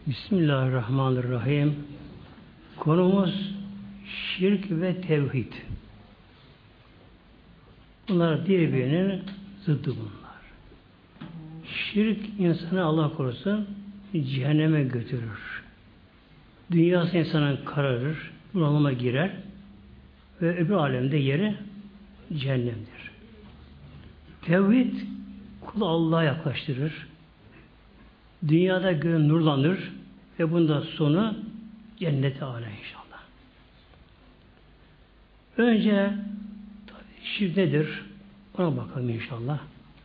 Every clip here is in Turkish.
Bismillahirrahmanirrahim. Konumuz şirk ve tevhid. Bunlar birbirinin zıddı bunlar. Şirk insanı Allah korusun cehenneme götürür. Dünyası insanın kararır, bunalıma girer ve öbür alemde yeri cehennemdir. Tevhid kulu Allah'a yaklaştırır. Dünyada gönül nurlanır ve bunda sonu cennet-i âlâ inşallah. Önce tabii şirk nedir? Ona bakalım inşallah.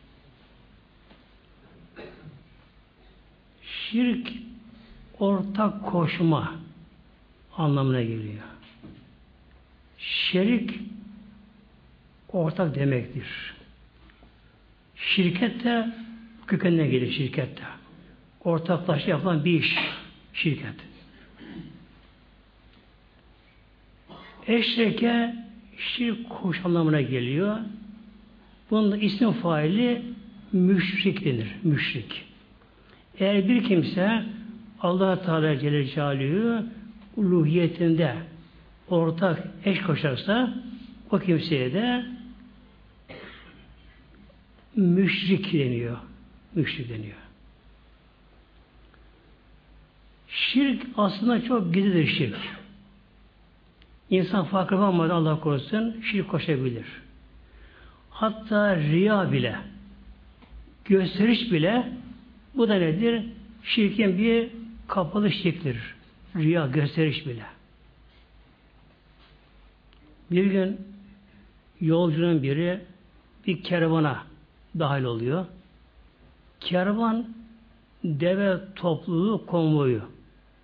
Şirk ortak koşma anlamına geliyor. Şerik ortak demektir. Şirket de kökenine gelir şirkette. Ortaklaşa yapılan bir iş, şirket. Eşreke şirk koş anlamına geliyor. Bunun da isim faili müşrik denir. Müşrik. Eğer bir kimse Allah Teala Celle Celaluhu uluhiyetinde ortak eş koşarsa o kimseye de müşrik deniyor. Müşrik deniyor. Şirk aslında çok gizlidir şirk. İnsan farkına varmadan Allah korusun şirk koşabilir. Hatta riya bile, gösteriş bile bu da nedir? Şirkin bir kapalı şeklidir. Riya, gösteriş bile. Bir gün yolcunun biri bir kervana dahil oluyor. Kervan deve topluluğu konvoyu.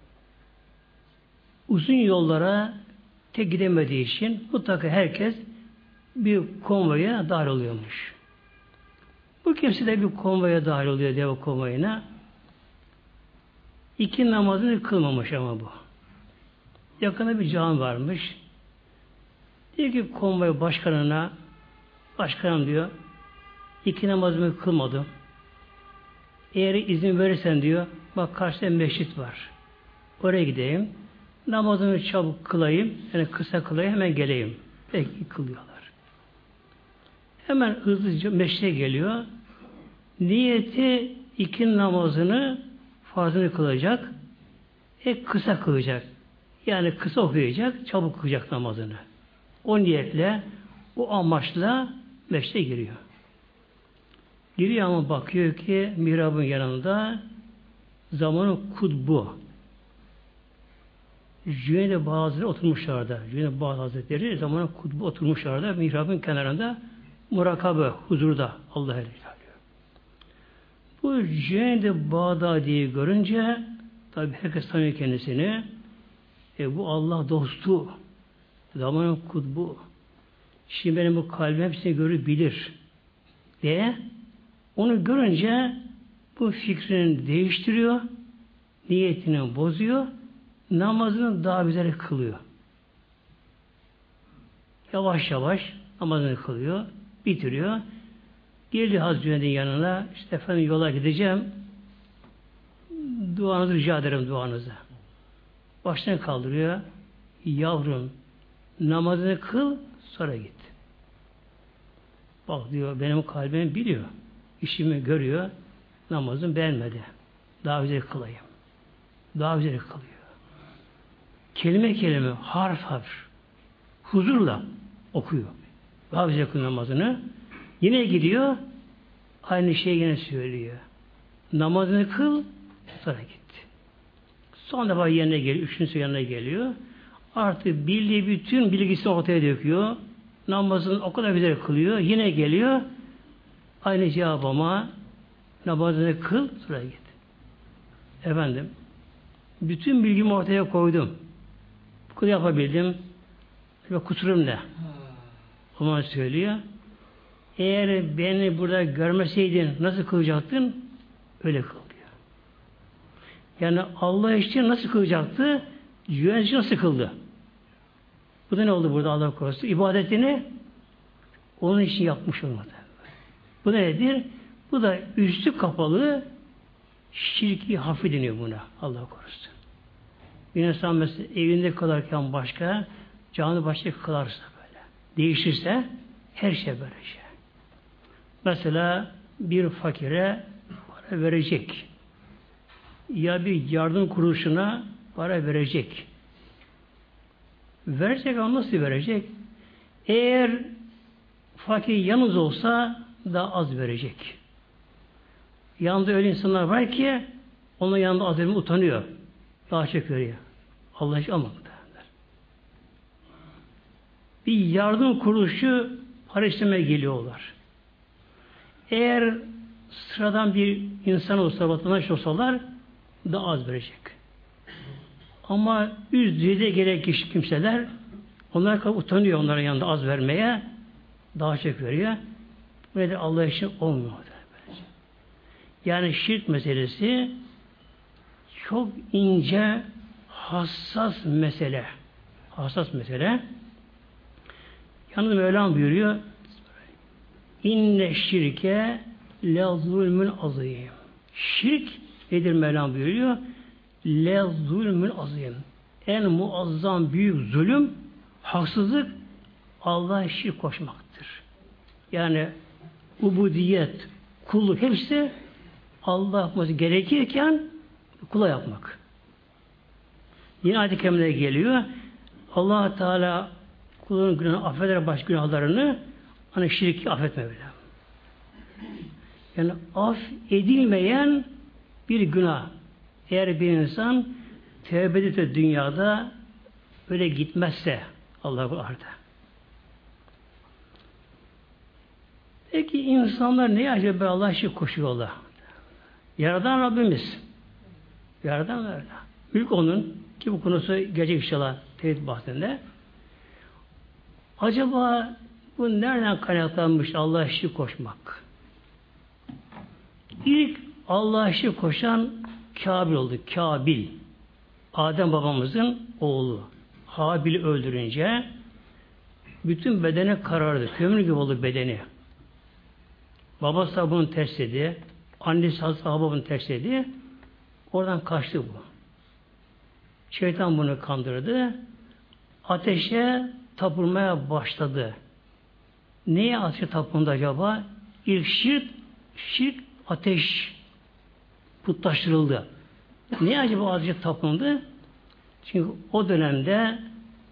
Uzun yollara tek gidemediği için mutlaka herkes bir konvoya dahil oluyormuş. Bu kimse de bir konvoya dahil oluyor, deve konvoyuna. İki namazını kılmamış ama bu. Yakında bir cami varmış. Diyor ki konvoy başkanına, başkanım diyor, iki namazımı kılmadım. Eğer izin verirsen diyor, bak karşıda mescit var. Oraya gideyim. Namazımı çabuk kılayım. Yani kısa kılayım, hemen geleyim. Peki kılıyorlar. Hemen hızlıca mescide geliyor. Niyeti iki namazını farzını kılacak. Kısa kılacak. Yani kısa okuyacak, çabuk kılacak namazını. O niyetle, o amaçla mescide giriyor. Giriyor ama bakıyor ki mihrabın yanında zamanın kutbu. Cüneyd-i Bağdadi Hazretleri oturmuşlardı. Cüneyd-i Bağdadi Hazretleri zamanın kutbu oturmuşlardı. Mihrabın kenarında murakabe, huzurda Allah Teala. Bu Cüneyd-i Bağdadi'yi görünce tabi herkes tanıyor kendisini. Bu Allah dostu. Zamanın kutbu. Şimdi benim bu kalbim hepsini görür bilir diye onu görünce bu fikrini değiştiriyor, niyetini bozuyor, namazını daha güzel kılıyor. Yavaş yavaş namazını kılıyor, bitiriyor. Geliyor Hazretin yanına, işte efendim yola gideceğim, duanızı rica ederim duanızı. Baştan kaldırıyor, yavrum namazını kıl, sonra git. Bak diyor, benim kalbim biliyor. İşimi görüyor. Namazını beğenmedi. Daha güzel kılayım. Daha güzel kılıyor. Kelime kelime, harf harf, huzurla okuyor. Daha güzel kılıyor namazını. Yine gidiyor, aynı şeyi yine söylüyor. Namazını kıl, sonra git. Son defa yerine geliyor, üçüncüsü yanına geliyor. Artık bildiği bütün bilgisini ortaya döküyor. Namazını o kadar güzel kılıyor. Yine geliyor. Aynı cevabıma namazını kıl, sonra git. Efendim, bütün bilgimi ortaya koydum. Bu kadar yapabildim. Ve kusurum ne? O zaman söylüyor. Eğer beni burada görmeseydin nasıl kılacaktın? Öyle kıl diyor. Yani Allah için nasıl kılacaktı? Güven için nasıl kıldı? Bu da ne oldu burada Allah korusun? İbadetini onun için yapmış olmadı. Bu da nedir? Bu da üstü kapalı Şirki hafif deniyor buna. Allah korusun. Bir insan mesela evinde kalarken başka, canı başka kılarsa böyle. Değişirse her şey böyle şey. Mesela bir fakire para verecek. Ya bir yardım kuruluşuna para verecek. Verecek ama nasıl verecek? Eğer fakir yalnız olsa daha az verecek. Yanında öyle insanlar var ki onun yanında az vermeye utanıyor. Daha çok veriyor. Allah hiç almadı. Bir yardım kuruluşu para istemeye geliyorlar. Eğer sıradan bir insan olsa, vatandaş olsalar daha az verecek. Ama üst düzeyde gerek kişi kimseler onlar utanıyor onların yanında az vermeye, daha çok veriyor. Böyle de Allah için olmuyor. Yani şirk meselesi çok ince, hassas mesele. Hassas mesele. Yalnız Mevlam buyuruyor İnne şirke le zulmün azim. Şirk nedir Mevlam buyuruyor? Le zulmün azim. En muazzam büyük zulüm, haksızlık Allah'a şirk koşmaktır. Yani ubudiyet, kulluk hepsi Allah yapması gerekirken kula yapmak. Yine ayet-i kerimede geliyor. Allah Teala kulun günahını affeder, baş günahlarını hani şirki affetme bile. Yani af edilmeyen bir günah. Eğer bir insan tevbe edip de dünyada öyle gitmezse Allah'a arda. Peki insanlar neye acaba Allah'a şirk koşuyorlar? Yaradan Rabbimiz. Yaradan Mevla. Mülk onun ki bu konusu gelecek inşallah tevhid bahsinde. Acaba bu nereden kaynaklanmış Allah'a şirk koşmak? İlk Allah'a şirk koşan Kabil oldu. Kabil. Adem babamızın oğlu. Habil'i öldürünce bütün bedene karardı. Kömür gibi oldu bedeni. Babası bunu tersledi. Annesi Hazreti bunu tersledi. Oradan kaçtı bu. Şeytan bunu kandırdı. Ateşe tapılmaya başladı. Neye ateşe tapındı acaba? İlk şirk ateş putlaştırıldı. Niye acaba ateşe tapındı? Çünkü o dönemde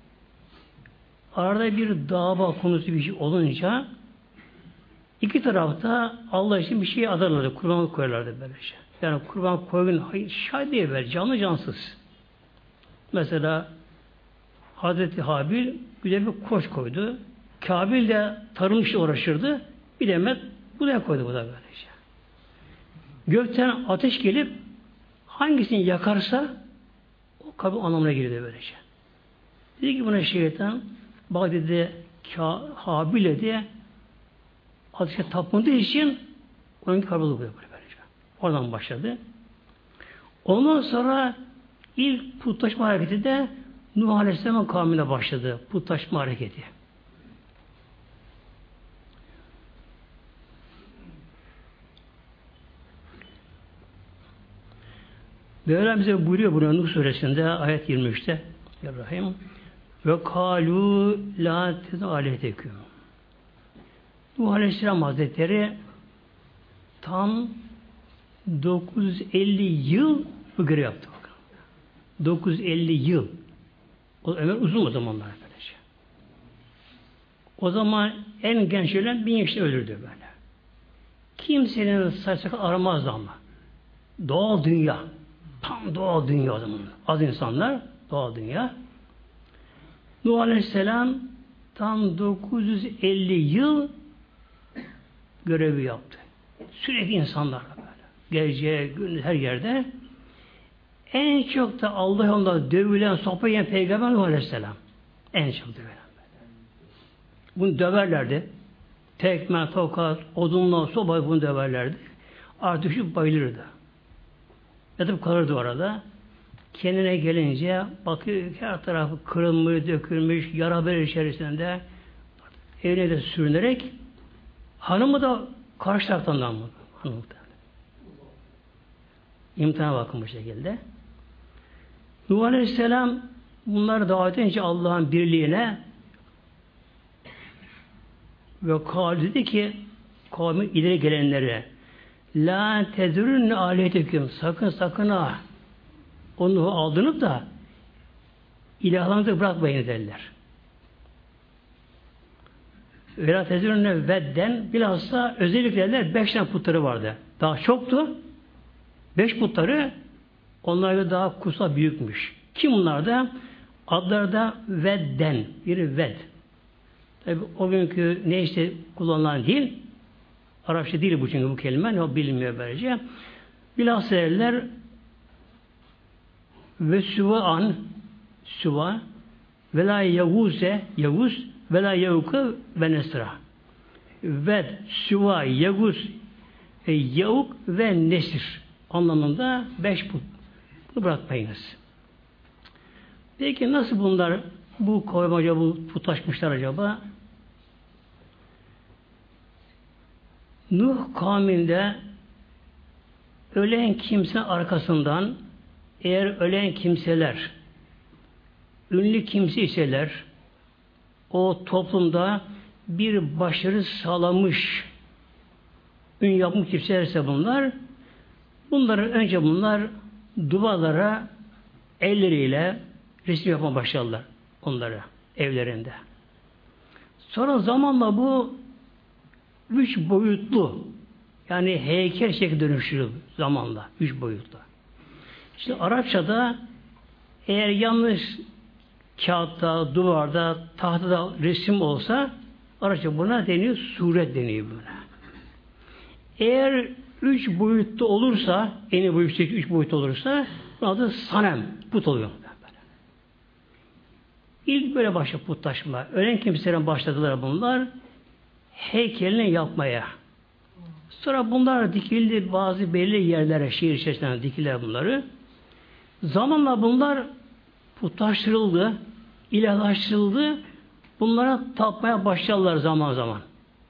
arada bir dava konusu bir şey olunca iki tarafta Allah için bir şey adarlardı. Kurban koyarlardı böylece. Yani kurban koyun şahit diye ver. Canlı cansız. Mesela Hazreti Habil güzel bir koç koydu. Kabil de tarım işi uğraşırdı. Bir demet budaya koydu bu da böylece. Gökten ateş gelip hangisini yakarsa o kabul anlamına giriyor böylece. Dedi ki buna şeytan bak dedi Habil'e de ateşe tapındığı için onun kabul oluyor böylece. Oradan başladı. Ondan sonra ilk putlaşma hareketi de Nuh Aleyhisselam'ın kavmine başladı. Putlaşma hareketi. Mevlam bize buyuruyor bunu Nuh suresinde ayet 23'te İbrahim ve kalu la tezaleteküm. Nuh Aleyhisselam Hazretleri tam 950 yıl bu görev yaptı. 950 yıl. O ömür uzun o zamanlar böylece. O zaman en genç ölen 1000 yaşında ölürdü böyle. Kimsenin saç sakal aramazdı ama. Doğal dünya. Tam doğal dünya o zaman. Az insanlar doğal dünya. Nuh Aleyhisselam tam 950 yıl görevi yaptı. Sürekli insanlarla böyle. Gece, gündüz her yerde. En çok da Allah yolunda dövülen, sopa yiyen Peygamber Nuh Aleyhisselam. En çok dövülen. Bunu döverlerdi. Tekme, tokat, odunla, sobayı bunu döverlerdi. Artık düşüp bayılırdı. Yatıp kalırdı orada. Kendine gelince bakıyor her tarafı kırılmış, dökülmüş, yara bere içerisinde evine de sürünerek hanımı da karşı taraftan mı? Hanımı da. İmtihana bakın bu şekilde. Nuh Aleyhisselam bunları davet edince Allah'ın birliğine ve kâl dedi ki kavmi ileri gelenlere la tezürünne âliyeteküm sakın ha onu aldınıp da ilahlarınızı bırakmayın derler. Ve la tezürünne vedden bilhassa özellikle derler 5 tane putları vardı. Daha çoktu. 5 putları onlara daha kutsal büyükmüş. Kim bunlar da? Adları da vedden. Biri ved. Tabi o günkü ne işte kullanılan dil Arapça değil bu çünkü bu kelime ne o bilinmiyor böylece. Bilhassa derler ve süva'an süva ve la yavuse yavuz ve la yavuka ve nesra ved süva yavuz yavuk ve nesir anlamında 5 put. Bunu bırakmayınız. Peki nasıl bunlar bu koymaca bu putlaşmışlar acaba? Nuh kavminde ölen kimse arkasından eğer ölen kimseler ünlü kimse iseler o toplumda bir başarı sağlamış ün yapmış kimselerse bunları önce duvarlara elleriyle resim yapmaya başladılar onları evlerinde. Sonra zamanla bu 3 boyutlu yani heykel şekli dönüştürüldü zamanla 3 boyutlu. İşte Arapçada eğer yanlış kağıtta, duvarda, tahtada resim olsa Arapça buna deniyor, suret deniyor buna. Eğer 3 boyutlu olursa, en boyutlu 3 boyutlu olursa bunun adı sanem, put oluyor. İlk böyle başladı putlaşma. Ölen kimselerin başladılar bunlar heykelini yapmaya. Sonra bunlar dikildi bazı belli yerlere, şehir içerisinde dikildiler bunları. Zamanla bunlar putlaştırıldı, ilahlaştırıldı. Bunlara tapmaya başladılar zaman zaman.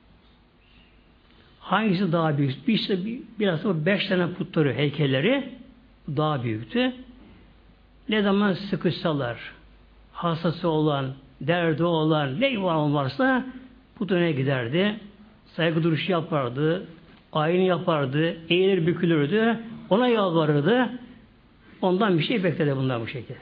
Hangisi daha büyük? Biraz da 5 tane putları, heykelleri daha büyüktü. Ne zaman sıkışsalar, hastası olan, derdi olan, ne varsa putuna giderdi. Saygı duruşu yapardı, ayini yapardı, eğilir bükülürdü, ona yalvarırdı. Ondan bir şey bekledi bunlar bu şekilde.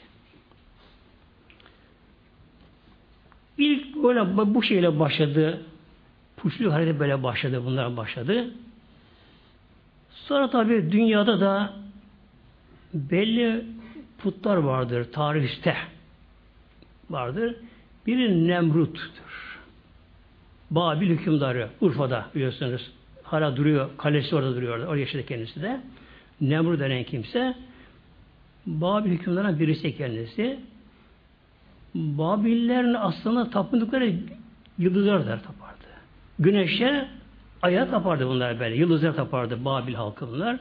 İlk böyle bu şeyle başladı. Puşluk hareketi böyle başladı. Bunlar başladı. Sonra tabii dünyada da belli putlar vardır. Tarihte vardır. Biri Nemrut'tur. Babil hükümdarı. Urfa'da biliyorsunuz. Hala duruyor. Kalesi orada duruyor. Orada yaşadı kendisi de. Nemrut denen kimse Babil hükümdarından birisi kendisi. Babillerin aslında tapındıkları yıldızlar tapardı. Güneşe, aya tapardı bunlar böyle. Yıldızlar tapardı Babil halkı bunlar.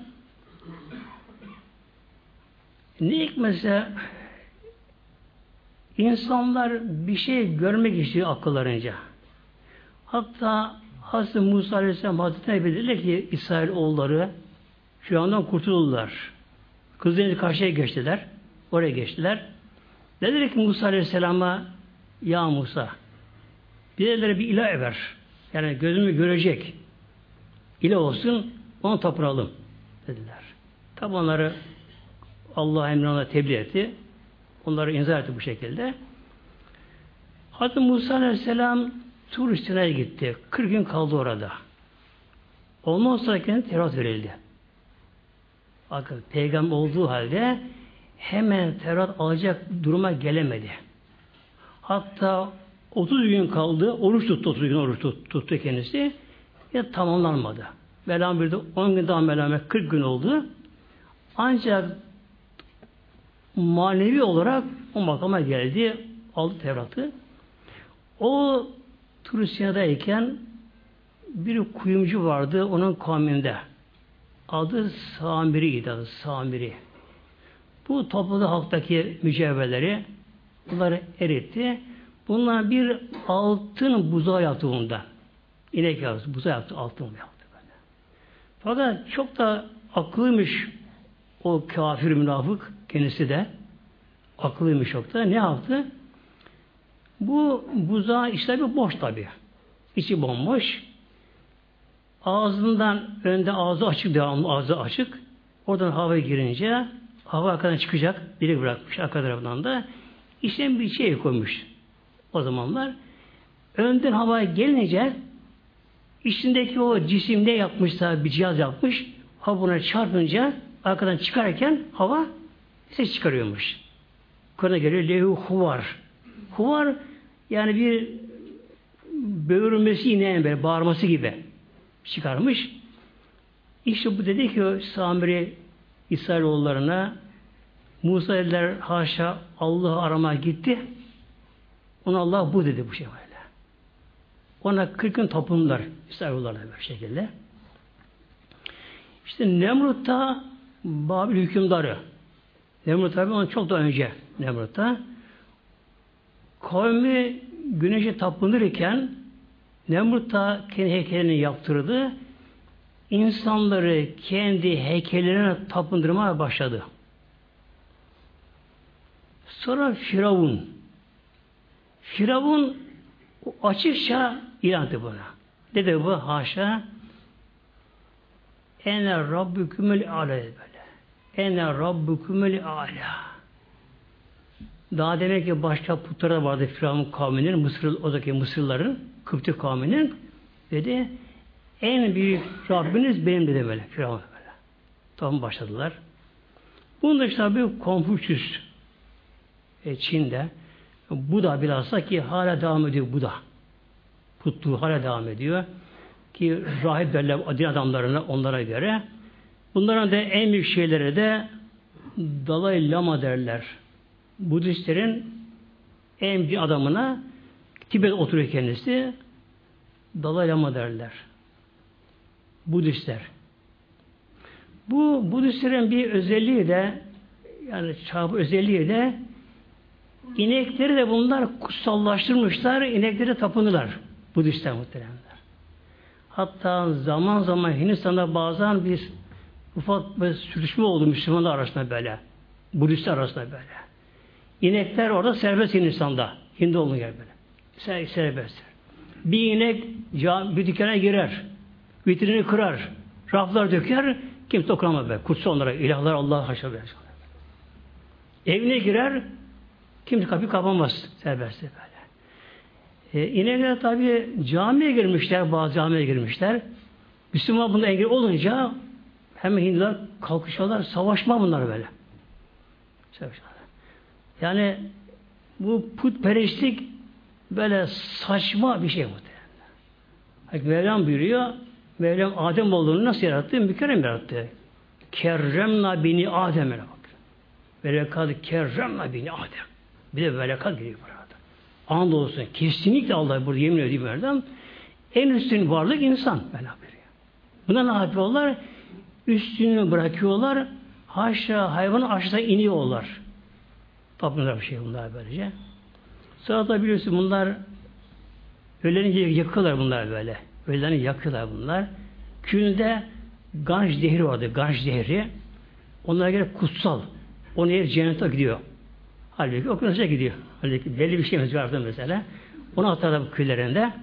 Ne hikmetse insanlar bir şey görmek istiyor akıllarınca. Hatta Hazreti Musa Aleyhisselam Hazreti Nebi dediler ki İsrailoğulları şu andan kurtuldular. Kızıldeniz karşıya geçtiler. Oraya geçtiler. Dediler ki Musa Aleyhisselam'a ya Musa birilere bir ilah ver. Yani gözümü görecek. İlah olsun onu tapınalım dediler. Tabi onları Allah emrine tebliğ etti. Onları inzar etti bu şekilde. Hazreti Musa Aleyhisselam Tur Sina'ya gitti. 40 gün kaldı orada. Ondan sonra kendine Tevrat verildi. Bakın peygamber olduğu halde hemen Tevrat alacak duruma gelemedi. Hatta 30 gün kaldı. Oruç tuttu. 30 gün oruç tuttu kendisi. Ya tamamlanmadı. Mevlam bir de 10 gün daha Mevlam 40 gün oldu. Ancak manevi olarak o makama geldi. Aldı Tevrat'ı. O Tur-i bir kuyumcu vardı onun kavminde. Adı Samiri'ydi. Samiri. Bu topladı halktaki mücevherleri. Bunları eritti. Bunlar bir altın buzağı yaptı bundan. İnek yavrusu buzağı yaptı. Altın yaptı böyle. Fakat çok da akıllıymış O kafir münafık kendisi de akıllıymış çok da. Ne yaptı? Bu buzağı işte bir boş tabi. İçi bomboş. Ağzından önde ağzı açık, devamlı ağzı açık. Oradan hava girince hava arkadan çıkacak. Delik bırakmış arka tarafından da. İçine bir şey koymuş. O zamanlar. Önden hava gelince içindeki o cisimde yapmışsa bir cihaz yapmış. Hava buna çarpınca arkadan çıkarken hava ses çıkarıyormuş. Kur'an'a geliyor lehu huvar. Huvar yani bir böğürmesi ineğin böyle bağırması gibi çıkarmış. İşte bu dedi ki Samiri İsrailoğullarına Musa dediler haşa Allah'ı aramaya gitti. Ona Allah bu dedi bu şey böyle. Ona 40 gün tapındılar İsrailoğullarına böyle şekilde. İşte Nemrut da Babil hükümdarı. Nemrut tabi ondan çok daha önce Nemrut'ta. Kavmi güneşe tapınırken Nemrut da kendi heykelini yaptırdı. İnsanları kendi heykellerine tapındırmaya başladı. Sonra Firavun açıkça ilan etti buna. Dedi bu haşa ene rabbükümül âlâ böyle. Ene rabbükümül âlâ. Daha demek ki başka putlara vardı Firavun kavminin, oradaki Mısırlıların, Kıpti kavminin. Dedi, en büyük Rabbiniz benim dedi böyle. Firavun böyle. Tamam başladılar. Bunun dışında bir Konfüçyüs Çin'de. Buda bilhassa ki hala devam ediyor Buda. Putluğu hala devam ediyor. Ki rahip derler din adamlarına onlara göre. Bunların da en büyük şeyleri de Dalai Lama derler. Budistlerin en büyük adamına Tibet oturuyor kendisi. Dalai Lama derler. Budistler. Bu Budistlerin bir özelliği de yani çağ özelliği de inekleri de bunlar kutsallaştırmışlar. İnekleri tapınırlar. Budistler muhteremler. Hatta zaman zaman Hindistan'da bazen bir ufak bir sürtüşme oldu Müslümanlar arasında böyle. Budistler arasında böyle. İnekler orada serbest Hindistan'da. Hindoğlu yer böyle. Serbest. Bir inek bir dükkana girer. Vitrini kırar. Raflar döker. Kimse dokunamaz böyle. Kutsal onlara. İlahlar Allah'a haşa böyle. Evine girer. Kimse kapıyı kapamaz. Serbest böyle. İnekler tabi camiye girmişler. Bazı camiye girmişler. Müslüman bunda engel olunca hemen Hindiler kalkışıyorlar. Savaşma bunlar böyle. Savaşma. Yani bu putperestlik böyle saçma bir şey muhtemelen. Mevlam buyuruyor, Mevlam Adem olduğunu nasıl yarattı? Mükerrem yarattı. Kerremna bini Adem'e bak. Velekat kerremna bini Adem. Bir de velekat geliyor burada. Andolsun kesinlikle Allah burada yemin ediyor Mevlam. En üstün varlık insan. Buna ne yapıyorlar? Üstünü bırakıyorlar. Haşa hayvanın aşağıda iniyorlar. Tapınlar bir şey bunlar böylece. Sonra da biliyorsun bunlar öleni yakıyorlar bunlar böyle. Öleni yakıyorlar bunlar. Külünde Ganj Nehri vardı. Ganj Nehri. Onlara göre kutsal. O nehir cennete gidiyor. Halbuki okyanusa gidiyor. Halbuki belli bir şeyimiz vardı mesela. Onu atarlar bu küllerinde.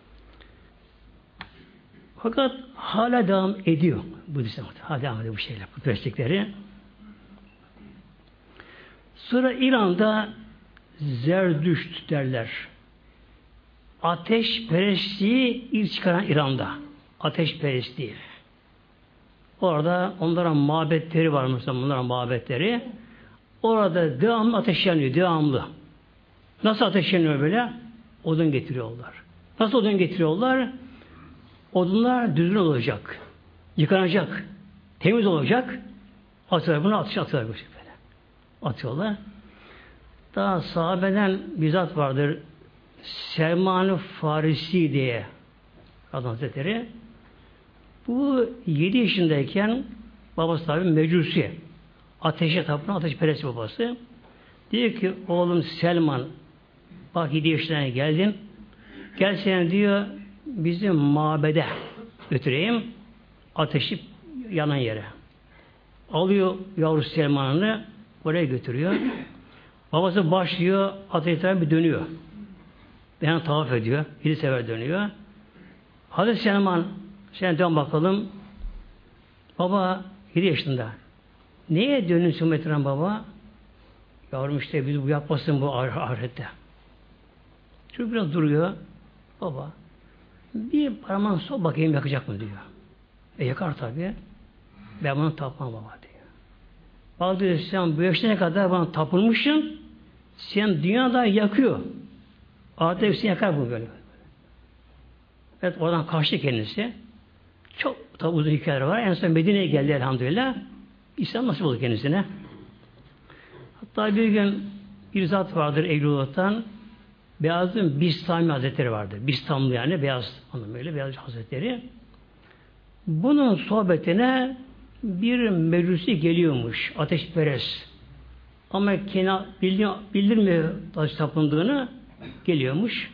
Fakat hala devam ediyor. Budistler hala devam ediyor bu şeyler. Bu püreslikleri. Sonra İran'da Zerdüşt derler. Ateşperestliği ilk çıkaran İran'da. Ateşperestliği. Orada onların mabetleri var mesela bunların mabetleri. Orada devamlı ateş yanıyor. Devamlı. Nasıl ateş yanıyor böyle? Odun getiriyorlar. Nasıl odun getiriyorlar? Odunlar düzgün olacak. Yıkanacak. Temiz olacak. Atıyorlar bunu atıyorlar. Böyle. Atıyorlar. Daha sahabeden bir zat vardır. Selman-ı Farisi diye adam Hazretleri. Bu 7 yaşındayken babası tabi Mecusi. Ateşe tapınan ateşperest babası. Diyor ki oğlum Selman bak 7 yaşına geldin. Gel sen diyor bizim mabede götüreyim ateşi yanan yere. Alıyor yavrusu Selman'ını oraya götürüyor. Babası başlıyor ateşten bir dönüyor. Yani tavaf ediyor. 7 sefer dönüyor. Hazreti Selman sen dön bakalım. Baba 7 yaşında. Neye dönüyorsun Metin baba? Yavrum işte biz bu yapmasın bu ahirette. Çocuk biraz duruyor. Baba bir parmağını sok bakayım yakacak mı diyor. Yakar tabii. Ben bunu tapmam baba diyor. Bak diyor sen bu yaşına kadar bana tapılmışsın. Sen dünyada yakıyor. Ahirette hepsini yakar bu böyle. Evet oradan kaçtı kendisi. Çok tabi uzun hikayeler var. En son Medine'ye geldi elhamdülillah. İslam nasip oldu kendisine. Hatta bir gün bir zat vardır Evlulah'tan. Beyaz'ın Bistami Hazretleri vardır. Bistamlı yani beyaz anlamıyla beyaz Hazretleri. Bunun sohbetine bir mecusi geliyormuş. Ateşperest. Ama bildirmiyor taş tapındığını geliyormuş.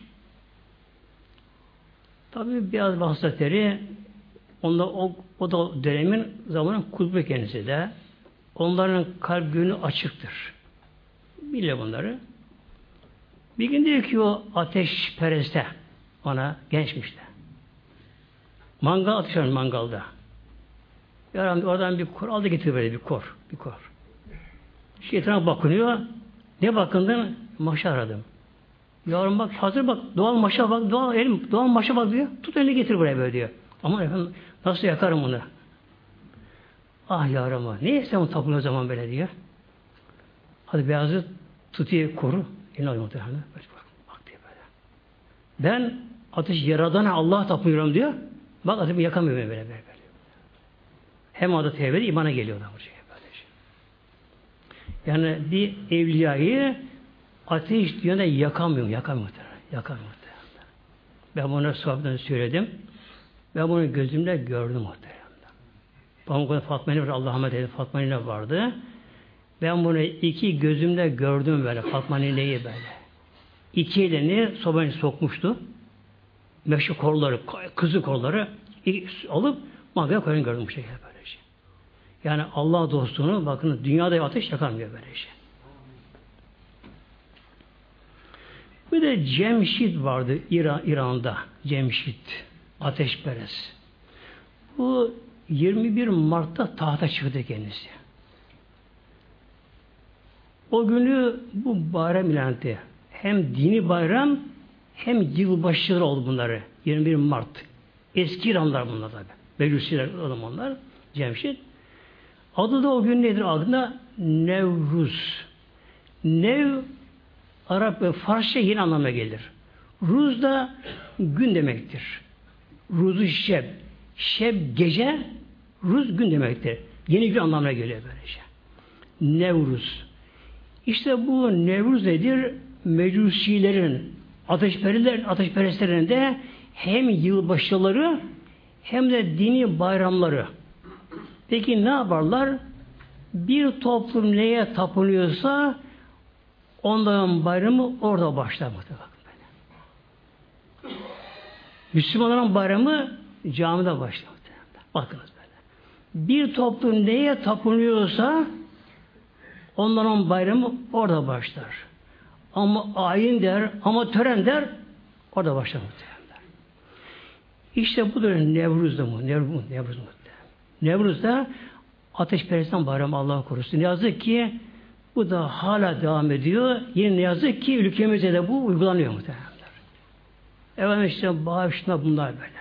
Tabi beyaz Hazretleri onda o da dönemin zamanın kutbu kendisi de. Onların kalp gönlü açıktır. Biliyor bunları. Bir gün diyor ki o ateşpereste ona gençmiş de. Mangal atışıyor mangalda. Yani oradan bir kor aldı getiriyor böyle bir kor. Bir kor. Şeytana bakınıyor. Ne bakındın? Maşa aradım. Yavrum bak hazır bak doğal maşa bak doğal maşa bak diyor. Tut elini getir buraya böyle diyor. Ama efendim nasıl yakarım bunu? Ah yavrum niye sen onu tapılıyor o zaman böyle diyor. Hadi beyazı tutuyor koru. Elini alıyor muhtemelen. Bak diyor böyle. Ben ateş yaradana Allah'a tapıyorum diyor. Bak ateşi yakamıyor böyle. Hem adı tevbe imana geliyor da buraya böyle. Yani bir evliyayı ateş dünyada yakamıyor. Yakamıyor. Ben bunu sohbetten söyledim. Ben bunu gözümle gördüm muhtemelen. Pamuk'un Fatma Nine var. Allah'ıma dedi. Fatma Nine vardı. Ben bunu 2 gözümle gördüm böyle. Fatma Nine'yi böyle. 2 elini sobaya sokmuştu. Meşru kolları, kızı kolları alıp mangaya koyun gördüm bu şekilde böyle şey. Yani Allah dostunu bakın dünyada ateş yakarmıyor böyle şey. Bir de Cemşit vardı İran'da. Cemşit. Ateşperest. Bu 21 Mart'ta tahta çıktı kendisi. O günü bu bayram ilanı hem dini bayram hem yılbaşıları oldu bunları. 21 Mart. Eski İranlar bunlar tabi. Mecusiler o zamanlar. Cemşit. Adı da o gün nedir? Adına Nevruz. Nev Arap ve Farsça yeni anlamına gelir. Ruz da gün demektir. Ruzu şeb. Şeb gece, ruz gün demektir. Yeni gün anlamına geliyor böylece. Nevruz. İşte bu Nevruz nedir? Mecusilerin, ateşperestlerin de hem yılbaşıları hem de dini bayramları. Peki ne yaparlar? Bir toplum neye tapınıyorsa onların bayramı orada başlar. Müslümanların bayramı camide başlar. Bakınız böyle. Bir toplum neye tapınıyorsa onların bayramı orada başlar. Ama ayin der, ama tören der, orada başlar muhtemelen. İşte budur Nevruz'da mı? Nevruz'da ateşperestten bayramı Allah korusun. Ne yazık ki bu da hala devam ediyor. Yine ne yazık ki ülkemizde de bu uygulanıyor muhtemelen. Efendim işte bağışına bunlar böyle.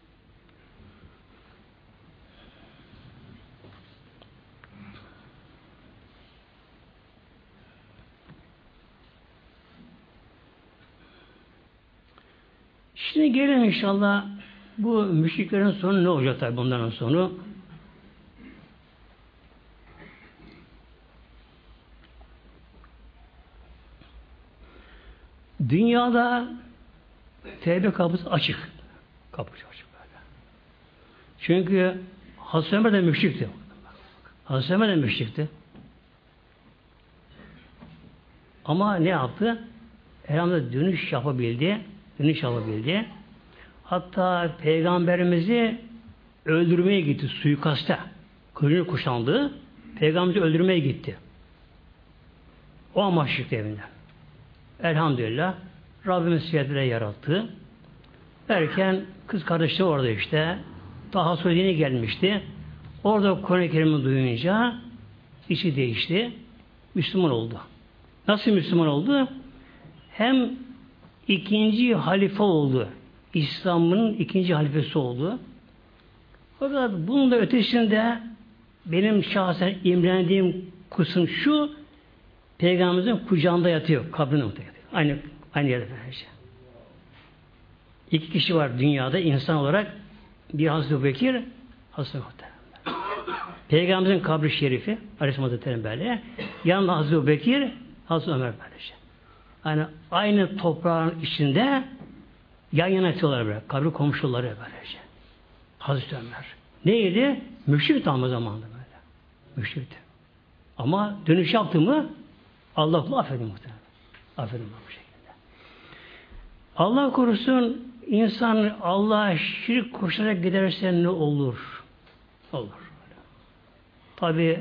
Şimdi gelin inşallah bu müşriklerin sonu ne olacak tabi bunların sonu? Dünyada tevbe kapısı açık. Kapı açık böyle. Çünkü Hazreti Ömer de müşrikti. Hazreti Ömer de müşrikti. Ama ne yaptı? Elhamdülillah dönüş yapabildi. Hatta Peygamberimizi öldürmeye gitti suikasta. Kılıcını kuşandı. Peygamber'i öldürmeye gitti. O amaçlık evinden. Elhamdülillah Rabbimiz siyadire yarattı. Derken kız kardeşleri orada işte. Daha sonra yeni gelmişti. Orada Kur'an-ı Kerim'i duyunca içi değişti. Müslüman oldu. Nasıl Müslüman oldu? Hem ikinci halife oldu. İslam'ın ikinci halifesi oldu. Fakat bunun da ötesinde benim şahsen imrendiğim kısım şu, Peygamberimizin kucağında yatıyor. Kabrinde yatıyor. Aynı yerde böylece. İki kişi var dünyada insan olarak. Bir Hazreti Ebubekir, Hazreti Ömer. Peygamberimizin kabri şerifi, Aleyhisselam Hazretleri böyle. Yanında Hazreti Ebubekir, Hazreti Ömer böylece. Yani aynı toprağın içinde yan yana yatıyorlar böyle. Kabri komşuları böylece. Hazreti Ömer. Neydi? Müşrikti ama zamanında böyle. Müşrikti. Ama dönüş yaptı mı Allah bunu affedin muhtemelen. Affedin bu şekilde. Allah korusun insan Allah'a şirk koşarak giderse ne olur? Olur. Tabi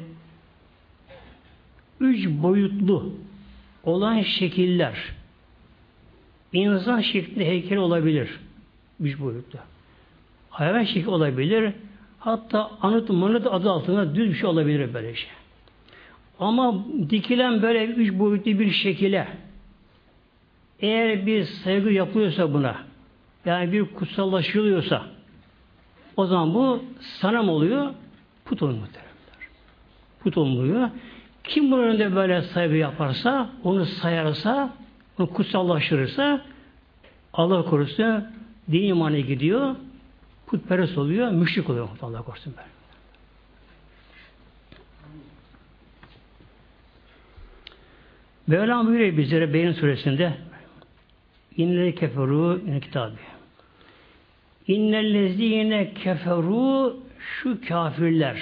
3 boyutlu olan şekiller insan şeklinde heykel olabilir. 3 boyutlu. Hayvan şekli olabilir. Hatta anıt manıt adı altında düz bir şey olabilir böyle şey. Ama dikilen böyle 3 boyutlu bir şekile eğer bir saygı yapılıyorsa buna, yani bir kutsallaşılıyorsa o zaman bu sanam oluyor, put oluyor muhtemelen. Put oluyor. Kim bunun önünde böyle saygı yaparsa, onu sayarsa, onu kutsallaştırırsa Allah korusun din imanı gidiyor, putperest oluyor, müşrik oluyor Allah korusun böyle. Mevlam buyuruyor bizlere Beyin suresinde İnnel keferu in kitabı. İnnellezine keferu şu kafirler.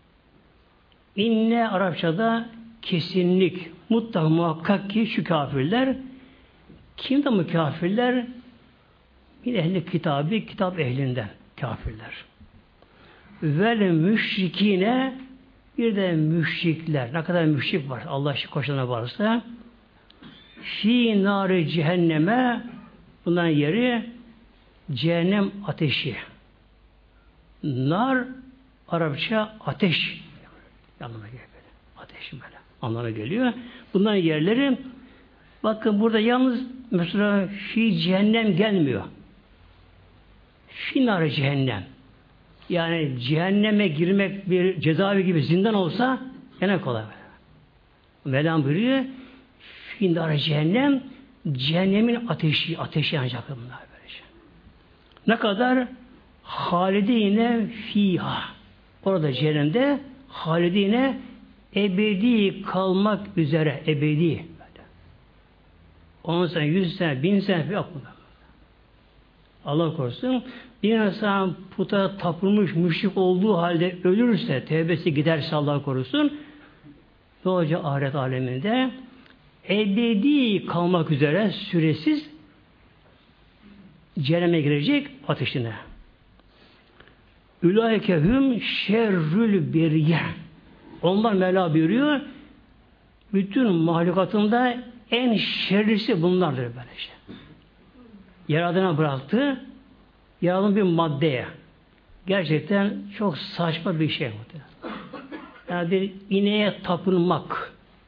İnne Arapçada kesinlik, mutlak muhakkak ki şu kafirler. Kimde bu kafirler? Bir ehli kitabı, kitap ehlinden kafirler. Vel müşrikine bir de müşrikler. Ne kadar müşrik var Allah koşuluna varsa fi nâri cehenneme bunların yeri cehennem ateşi. Nar Arapça ateş anlamına geliyor böyle. Ateş böyle anlamına geliyor. Bunların yerleri bakın burada yalnız mesela fi cehennem gelmiyor. Fi nâri cehennem. Yani cehenneme girmek bir cezaevi gibi zindan olsa gene kolay. Mevlam buyuruyor findar cehennem cehennemin ateşi yanacak bunlar böylece. Ne kadar? Halidine fiha. Orada cehennemde halidine ebedi kalmak üzere ebedi. Böyle. 10 sene, 100 sene, 1000 sene yok bunlar. Allah korusun. Bir insan puta tapılmış, müşrik olduğu halde ölürse, tevbesi giderse Allah korusun, ne olacak ahiret aleminde? Ebedi kalmak üzere süresiz cehenneme girecek ateşine. Ülaikehum şerrül beriye. Onlar Mevla buyuruyor, bütün mahlukatında en şerlisi bunlardır böylece. Yaradana bıraktı, yaradan bir maddeye. Gerçekten çok saçma bir şey. Yani bir ineğe tapınmak,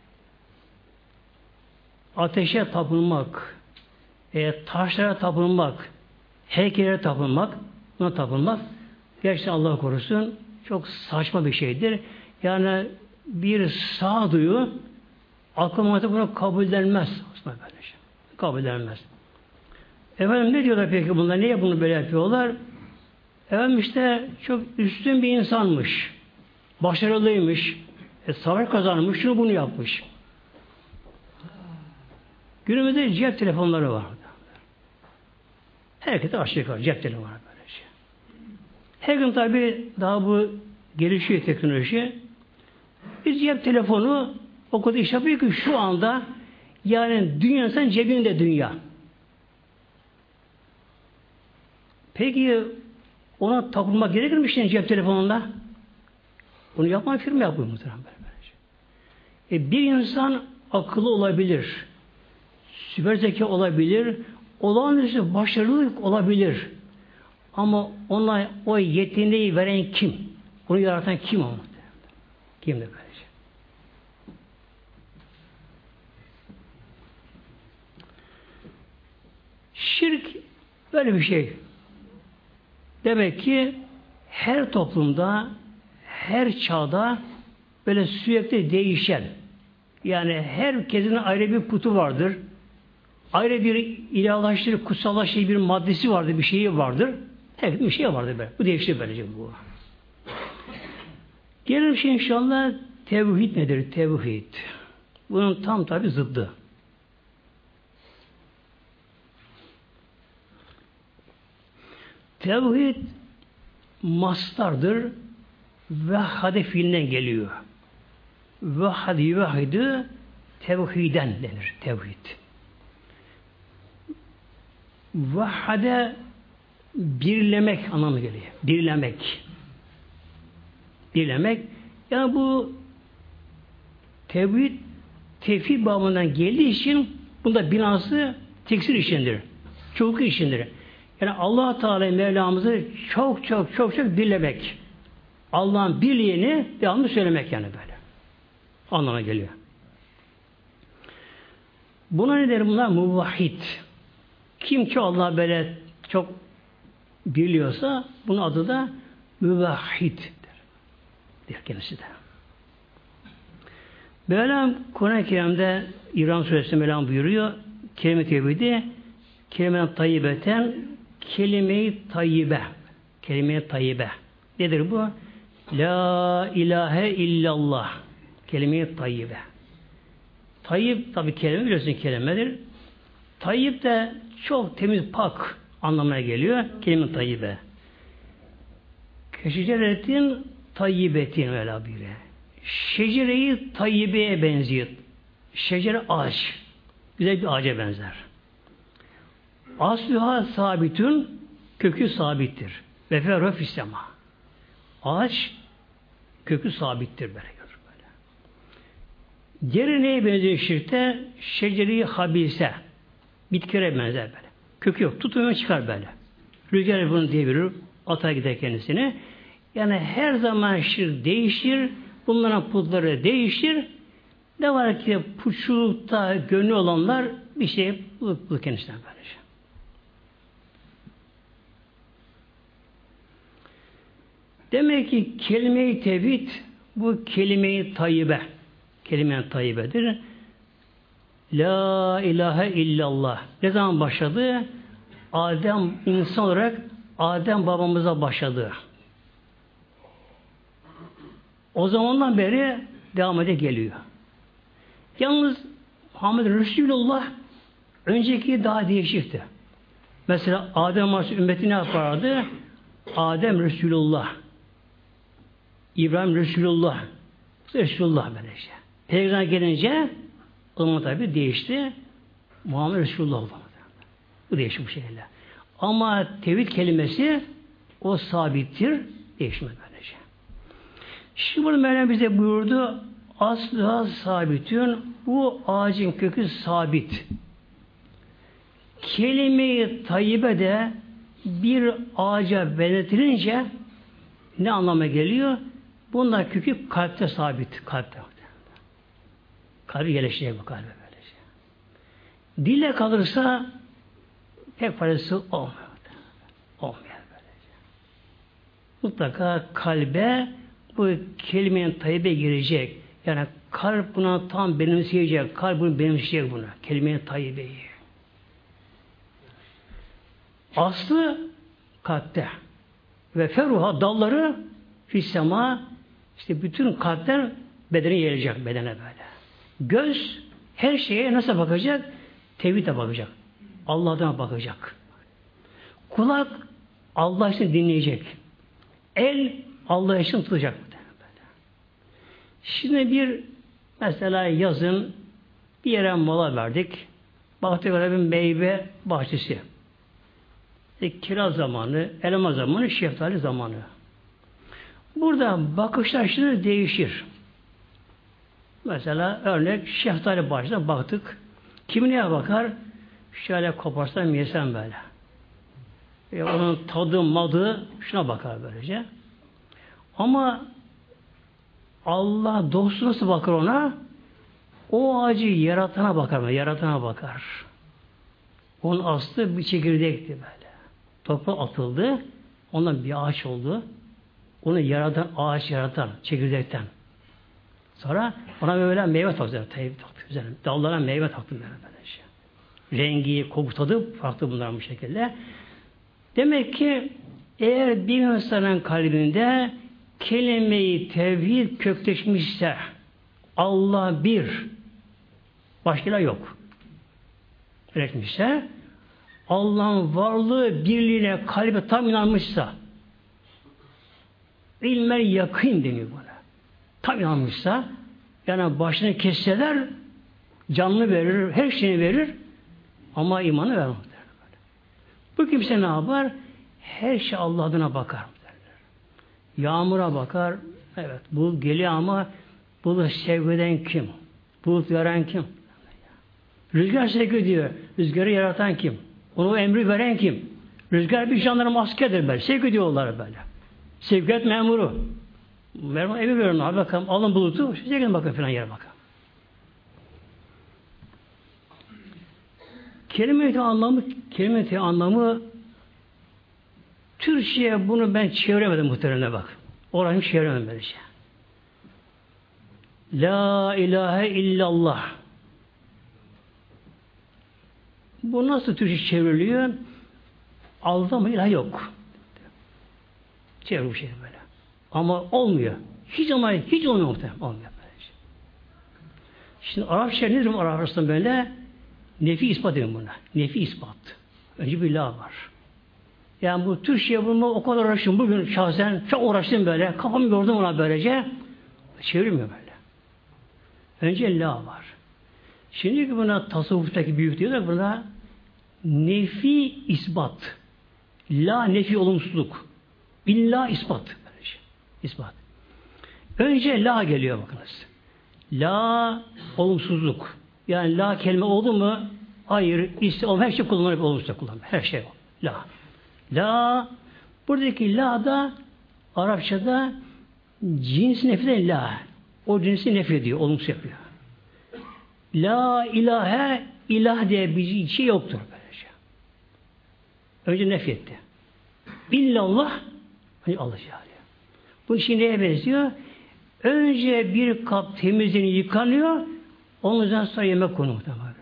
ateşe tapınmak, taşlara tapınmak, heykellere tapınmak, buna tapınmak gerçekten Allah korusun çok saçma bir şeydir. Yani bir sağduyu akıl mantığı bunu kabul edilmez. Aslında böyle şey. Kabul edilmez. Efendim ne diyorlar peki bunlar? Niye bunu böyle yapıyorlar? Efendim işte çok üstün bir insanmış. Başarılıymış. Savaş kazanmış. Şunu bunu yapmış. Günümüzde cep telefonları var. Herkese aşık var. Cep telefonu var böyle şey. Her gün tabi daha bu gelişiyor teknoloji. Bir cep telefonu o kadar iş yapıyor ki şu anda yani dünya sen cebinde dünya. Peki ona tapılmak gerekir mi işte cep telefonunda? Bunu yapan firma yapıyor muhtemelen böyle. Bir insan akıllı olabilir, süper zeka olabilir, olağanüstü başarılı olabilir. Ama ona o yeteneği veren kim? Onu yaratan kim ama? Kim de böylece? Şirk böyle bir şey. Demek ki her toplumda, her çağda böyle sürekli değişen, yani herkesin ayrı bir putu vardır. Ayrı bir ilahlaştırıp kutsallaştırıcı bir maddesi vardır, bir şeyi vardır. Evet, bir şey vardır böyle. Bu değişti böylece bu. Gelelim şey inşallah tevhid nedir? Tevhid. Bunun tam tabi zıddı. Tevhid mastardır. Vehhade fiilinden geliyor. Vehhad yuvehhidü tevhiden denir. Tevhid. Vehhade birlemek anlamı geliyor. Birlemek. Birlemek. Yani bu tevhid tevhid bağımından geldiği için bunda binası teksir işindir. Çoğu işindir. Yani Allah Teala Mevlamızı çok birlemek. Allah'ın birliğini devamlı söylemek yani böyle. Anlamına geliyor. Buna ne derim bunlar? Muvahhid. Kim ki Allah böyle çok biliyorsa bunun adı da müvahhiddir. Der kendisi de. Mevlam Kur'an-ı Kerim'de İran Suresi Mevlam buyuruyor. Kelime-i tevhidi kelime-i tayyibeten kelime-i tayyibe. Kelime-i tayyibe. Nedir bu? La ilahe illallah. Kelime-i tayyibe. Tayyib tabi kelime biliyorsun kelimedir. Tayyib de çok temiz, pak anlamına geliyor. Kelime-i tayyibe. Şeceretin tayyibetin öyle biri. Şecere-i tayyibeye benziyor. Şecere ağaç. Güzel bir ağaca benzer. Asluha sabitün kökü sabittir. Ve ferru fissema. Ağaç kökü sabittir böyle. Diğeri neye benziyor şirkte? Şeceri habise. Bitkilere benzer böyle. Kökü yok. Tutuyor çıkar böyle. Rüzgar bunu devirir. Atar gider kendisini. Yani her zaman şirk değişir. Bunların putları değişir. Ne var ki puçlukta gönlü olanlar bir şey bulur kendisinden böylece. Demek ki kelime-i tevhid bu kelime-i tayyibe. Kelime-i tayyibedir. La ilahe illallah. Ne zaman başladı? Adem insan olarak Adem babamıza başladı. O zamandan beri devam ede geliyor. Yalnız Muhammed Resulullah önceki daha değişikti. Mesela Adem Aleyhisselam ümmeti ne yapardı? Adem Resulullah. İbrahim Resulullah. Resulullah böylece. Peygamber gelince o zaman tabi değişti. Muhammed Resulullah oldu. Bu değişik bu şekilde. Ama tevhid kelimesi o sabittir. Değişmez böylece. Şimdi bunu Mevlam bize buyurdu. Asla sabitün. Bu ağacın kökü sabit. Kelime-i tayyibe de bir ağaca benzetilince ne anlama geliyor? Bunlar kökü kalpte sabit. Kalpte. Kalbi yerleşecek bu kalbe böylece. Dille kalırsa pek faydası olmuyor. Olmuyor böylece. Mutlaka kalbe bu kelimenin tayyibe girecek. Yani kalp buna tam benimseyecek. Kalp bunu benimseyecek bunu. Kelimenin tayyibeyi. Aslı kalpte. Ve feruha dalları fissema işte bütün kalpten bedene gelecek bedene böyle. Göz her şeye nasıl bakacak? Tevhid'e bakacak. Allah'tan bakacak. Kulak Allah için dinleyecek. El Allah için tutacak. Şimdi bir mesela yazın bir yere mola verdik. Baktık öyle bir meyve bahçesi. Kiraz zamanı, elma zamanı, şeftali zamanı. Burada bakışlar şimdi değişir. Mesela örnek şeftali başına baktık. Kim neye bakar? Şöyle koparsam yesem böyle. Onun tadı, madı şuna bakar böylece. Ama Allah dostu nasıl bakar ona? O ağacı yaratana bakar. Yaratana bakar. Onun aslı bir çekirdekti böyle. Toprağa atıldı. Ondan bir ağaç oldu. Onu yaratan, ağaç yaratan çekirdekten. Sonra ona böyle meyve taktı. Dallara meyve taktım böylece. Rengi, koku, tadı farklı bunlar bu şekilde. Demek ki eğer bir insanın kalbinde kelime-i tevhid kökleşmişse, Allah bir, başka yok. Üretmişse, Allah'ın varlığı birliğine kalbe tam inanmışsa, ilmen yakın deniyor buna. Tam inanmışsa, yani başını kesseler, canını verir, her şeyini verir, ama imanı vermez. Bu kimse ne yapar? Her şey Allah adına bakar. Yağmura bakar. Evet, bu geliyor ama bunu sevgiden kim? Bulut veren kim? Rüzgar sevgi diyor. Rüzgarı yaratan kim? Onu emri veren kim? Rüzgar bir jandarma askerdir böyle. Sevgi diyorlar böyle. Sevkiyat memuru. Memur evi veriyorum. Abi bakalım alın bulutu. Size gelin bakın falan yere bakın. Kelime-i anlamı Türkçe'ye bunu ben çeviremedim muhtemelen bak. Orayı çeviremedim böylece. La ilahe illallah. Bu nasıl Türkçe çevriliyor? Allah'ın ilah yok. Çevir bu şey böyle. Ama olmuyor. Hiç olmuyor muhtemelen. Olmuyor böylece. Şimdi Arapça nedir bu Arapçasında böyle? Nefi ispat diyorum buna. Nefi ispat. Önce bir la var. Yani bu Türkçe'ye bulma o kadar uğraştım. Bugün şahsen çok uğraştım böyle. Kafamı gördüm ona böylece. Çevirmiyor böyle. Önce la var. Şimdi buna tasavvuftaki büyük diyorlar buna nefi ispat. La nefi olumsuzluk. İlla ispat. Böylece. İspat. Önce la geliyor bakınız. La olumsuzluk. Yani la kelime oldu mu? Hayır. Her şey kullanılır. Olursa kullanılır. Her şey o. La. La. Buradaki la da Arapçada cins nefiden la. O cinsi nefrediyor. Olumsuz yapıyor. La ilahe ilah diye bir şey yoktur. Böylece. Önce nefretti. İllallah Allah Celle. Bu işin neye benziyor? Önce bir kap temizliğini yıkanıyor. Onun üzerinden sonra yemek konuyor.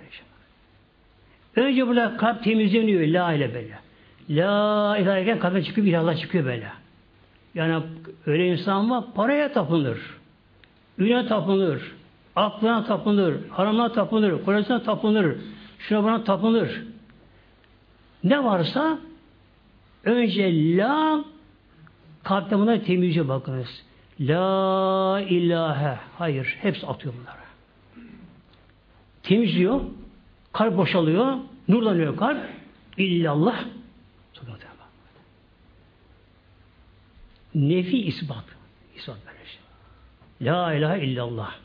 Önce burada kalp temizleniyor. La ile böyle. La ilahe illallah kalpten çıkıyor. Bir Allah çıkıyor böyle. Yani öyle insan var. Paraya tapınır. Üne tapınır. Aklına tapınır. Haramına tapınır. Kocasına tapınır. Şuna buna tapınır. Ne varsa önce la kalpten bunları temizliyor bakınız. La ilahe. Hayır. Hepsi atıyor bunları. Temizliyor. Kalp boşalıyor. Nurlanıyor kalp. İllallah. Nefi ispat. İspat böyle şey. La ilahe illallah.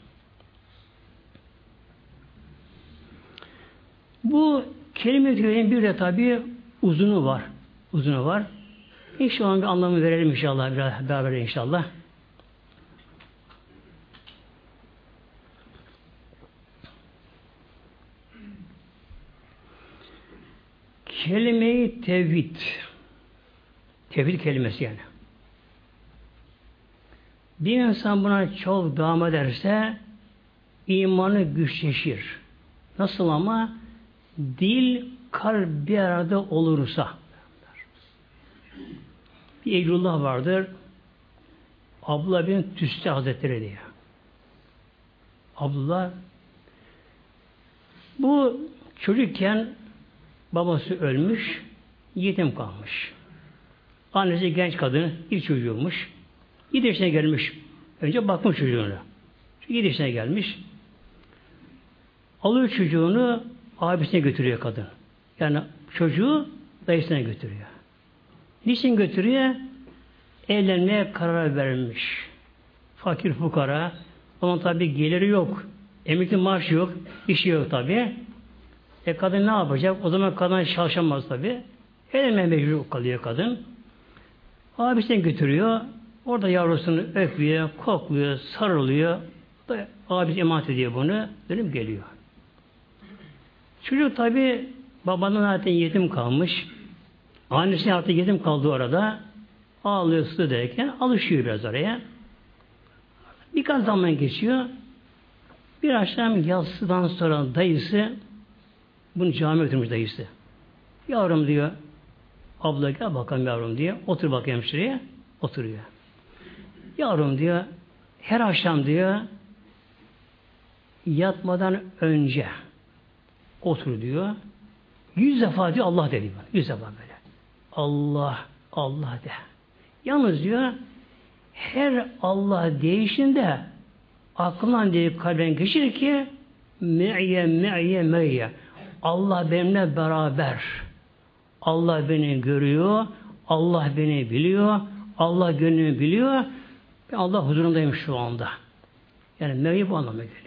Bu kelime-i bir de tabi uzunu var. Uzunu var. İnşallah bir anlamı verelim inşallah. Beraber inşallah. Kelime-i tevhid. Tevhid kelimesi yani. Bir insan buna çok devam ederse imanı güçleşir. Nasıl ama? Dil, kalp bir arada olursa. Bir Eylullah vardır. Abdullah bin Tüste Hazretleri diye. Abdullah bu çocukken babası ölmüş, yetim kalmış. Annesi genç kadın, ilk çocuğuymuş. 7 yaşına gelmiş. Önce bakmış çocuğuna. 7 yaşına gelmiş. Alıyor çocuğunu abisine götürüyor kadın. Yani çocuğu dayısına götürüyor. Niçin götürüyor? Evlenmeye karar vermiş. Fakir fukara, Onun tabi geliri yok. Emekli maaşı yok. İşi yok tabi. Kadın ne yapacak? O zaman kadın çalışamaz tabi. Elime mecbur kalıyor kadın. Abisini götürüyor. Orada yavrusunu öpüyor, kokluyor, sarılıyor. Abisi emanet ediyor bunu. Dönüp geliyor. Çocuk tabi babanın zaten yetim kalmış. Annesinin artık yetim kaldığı arada ağlıyor, sızı derken alışıyor biraz oraya. Birkaç zaman geçiyor. Bir akşam yatsıdan sonra dayısı bunu camiye götürmüş dayısı. Yavrum diyor, abla gel bakalım yavrum diyor. Otur bakayım şuraya. Oturuyor. Yavrum diyor, her akşam diyor yatmadan önce otur diyor. 100 defa diyor Allah dedi bana. 100 defa böyle. Allah, Allah de. Yalnız diyor her Allah değişinde aklından diye kalben geçir ki me'ye Allah benimle beraber. Allah beni görüyor. Allah beni biliyor. Allah gönlümü biliyor. Ben Allah huzurundayım şu anda. Yani me'ye bu anlamına geliyor.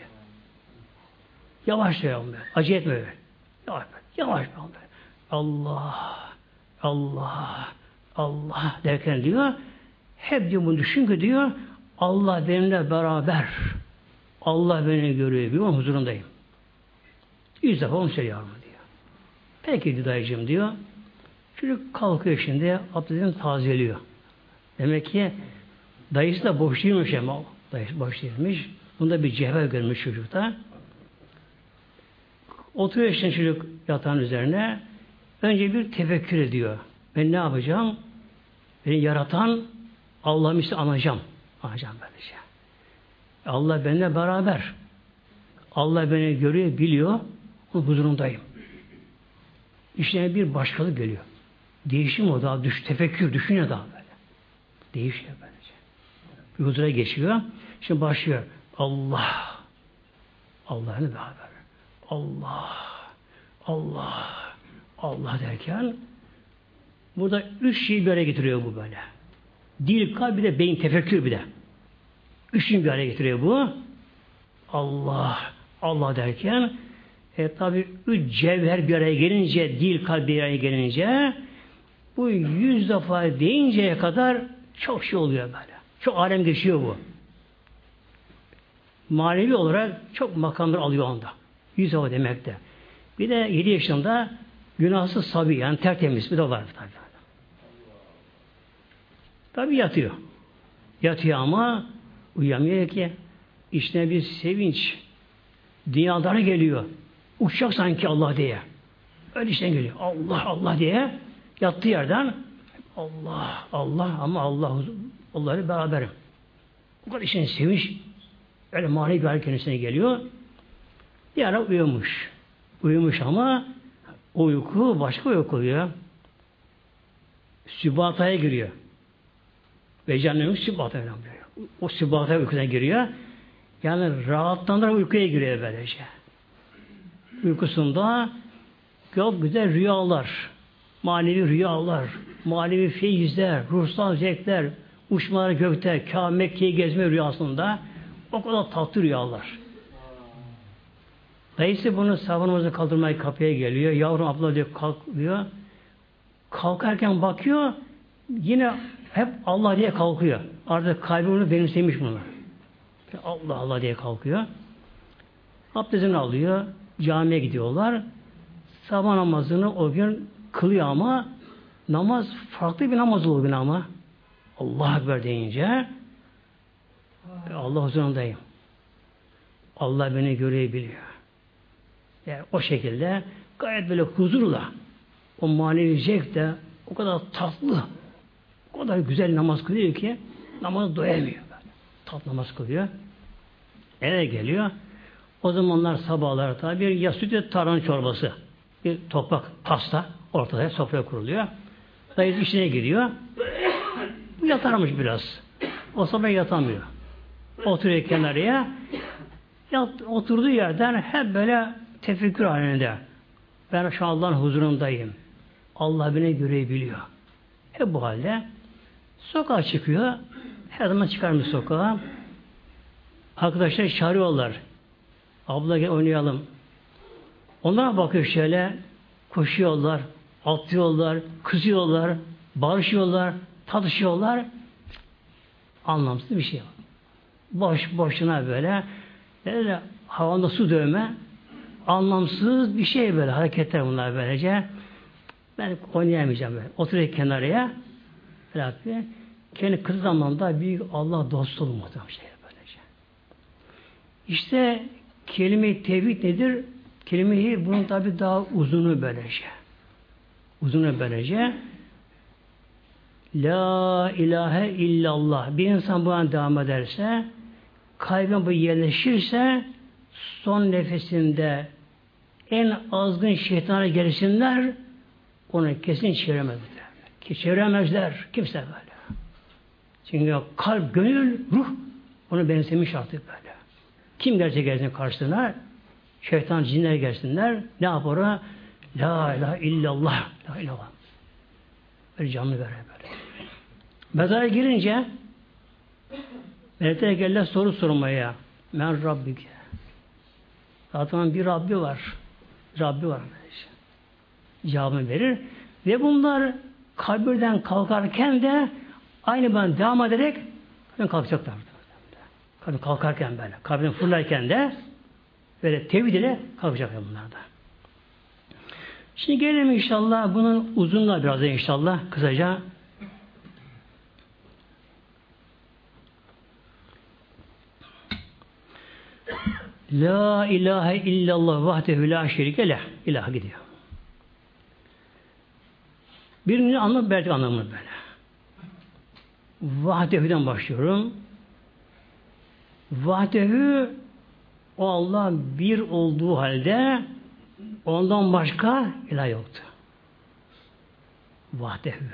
Yavaş diyor. Acele etme öyle. Yavaş. Yavaş. Allah. Allah. Allah derken diyor hep diyor bunu düşün ki diyor Allah benimle beraber. Allah beni görüyor. Bir onun huzurundayım. 100 defa onu söylüyorum diyor. Peki diyor dayıcığım diyor. Çocuk kalkıyor şimdi abdestini tazeliyor. Demek ki dayısı da boş değilmiş ama dayısı boş değilmiş. Bunda bir cevher görmüş çocukta. Oturuyor şimdi çocuk yatağın üzerine. Önce bir tefekkür ediyor. Ben ne yapacağım? Beni yaratan Allah'ım işte anacağım. Anacağım böylece. Allah benimle beraber. Allah beni görüyor, biliyor. Onun huzurundayım. İşte bir başkalık geliyor. Değişim o daha. Tefekkür, düşünüyor daha böyle. Değişiyor böylece. Bir huzura geçiyor. Şimdi başlıyor. Allah. Allah'ın beraber. Allah. Allah. Allah derken burada 3 şeyi bir araya getiriyor bu böyle. Dil, kalp, bir de beyin, tefekkür bir de. 3'ünü bir araya getiriyor bu. Allah. Allah derken tabi 3 cevher bir araya gelince, dil, kalp bir araya gelince bu 100 defa deyinceye kadar çok şey oluyor böyle. Çok alem geçiyor bu. Manevi olarak çok makamlar alıyor onda. 100 defa demekte. Bir de 7 yaşında günahsız sabi yani tertemiz bir de var tabi. Tabi yatıyor. Yatıyor ama uyuyamıyor ki içine bir sevinç dünyalara geliyor. Uçacak sanki Allah diye. Öyle işten geliyor. Allah Allah diye yattığı yerden Allah Allah ama Allah'la beraberim. Bu kadar işin sevinç öyle manevi bir hal kendisine geliyor. Bir ara uyumuş. Uyumuş ama uyku başka uyku oluyor. Sübataya giriyor. Ve canlıymış sübataya giriyor. O sübataya uykuna giriyor. Yani rahatlandırarak uykuya giriyor böylece. Uykusunda çok güzel rüyalar, manevi rüyalar, manevi feyizler, ruhsal zevkler, uçmalar gökte, Kabe Mekke'yi gezme rüyasında o kadar tatlı rüyalar. Dayısı bunu sabah namazını kaldırmaya kapıya geliyor. Yavrum abla diyor kalkıyor. Kalkarken bakıyor yine hep Allah diye kalkıyor. Artık kalbi onu benimsemiş bunu. Allah Allah diye kalkıyor. Abdestini alıyor. Camiye gidiyorlar. Sabah namazını o gün kılıyor ama namaz farklı bir namaz o gün ama. Allah Ekber deyince Allah huzurundayım. Allah beni görebiliyor. Yani o şekilde gayet böyle huzurla o manevi zevk de o kadar tatlı o kadar güzel namaz kılıyor ki namaz doyamıyor. Böyle. Tatlı namaz kılıyor. Eve geliyor. O zamanlar sabahlar tabi ya süt ya tarhana çorbası. Bir toprak pasta ortada sofraya kuruluyor. Dayı işine giriyor. Yatarmış biraz. O sabah yatamıyor. Oturuyor kenarıya. Oturduğu yerden hep böyle tefekkür halinde. Ben şu Allah'ın huzurundayım. Allah beni görebiliyor. Hep bu halde sokağa çıkıyor. Her zaman çıkarmış sokağa. Arkadaşlar çağırıyorlar. Abla gel oynayalım. Onlara bakıyor şöyle. Koşuyorlar, atlıyorlar, kızıyorlar, barışıyorlar, tartışıyorlar. Anlamsız bir şey. Boşuna böyle havanda su dövme, anlamsız bir şey böyle. Hareketler bunlar böylece. Ben oynayamayacağım böyle. Oturuyor kenarıya. Kendi kız zamanında büyük Allah dostu olmadı şey böylece. İşte kelime-i tevhid nedir? Kelime-i bunun tabi daha uzunu böylece. Uzunu böylece. La ilahe illallah. Bir insan buna devam ederse, kalbine bu yerleşirse, son nefesinde en azgın şeytana gelsinler, onu kesin çeviremezler. Çeviremezler. Kimse böyle. Çünkü kalp, gönül, ruh onu benimsemiş artık böyle. Kim gerçek gelsin karşısına? Şeytan, cinler gelsinler. Ne yapar o? La ilahe illallah. La illallah. Böyle canlı böyle. Mezara girince melekler gelirler soru sormaya. Men Rabbike. Zaten bir Rabbi var. Rabbi var. Cevabını verir. Ve bunlar kabirden kalkarken de aynı ben devam ederek kalkacaklar. Kabir kalkarken böyle. Kabirden fırlarken de böyle tevhid ile kalkacaklar bunlar da. Şimdi gelelim inşallah bunun uzunluğuna biraz da inşallah kısaca. La ilahe illallah vahdehu la şerike leh. İlah gidiyor. Birini anlam belki anlamını böyle. Vahdehu'dan başlıyorum. Vahdehu o Allah bir olduğu halde ondan başka ilah yoktu. Vahdehu.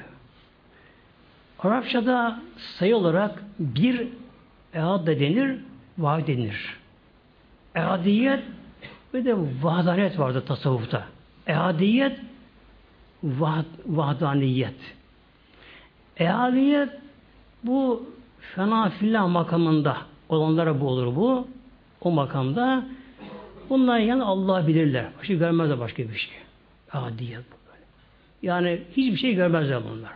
Arapçada sayı olarak bir ehad da denir, vahid denir. Ehadiyet ve de vahdaniyet vardı tasavvufta. Ehadiyet, vahdaniyet. Ehadiyet bu fena fillah makamında olanlara bu olur bu. O makamda bunlar yani Allah bilirler. Başka görmezler başka bir şey. Ehadiyet bu böyle. Yani hiçbir şey görmezler bunlar.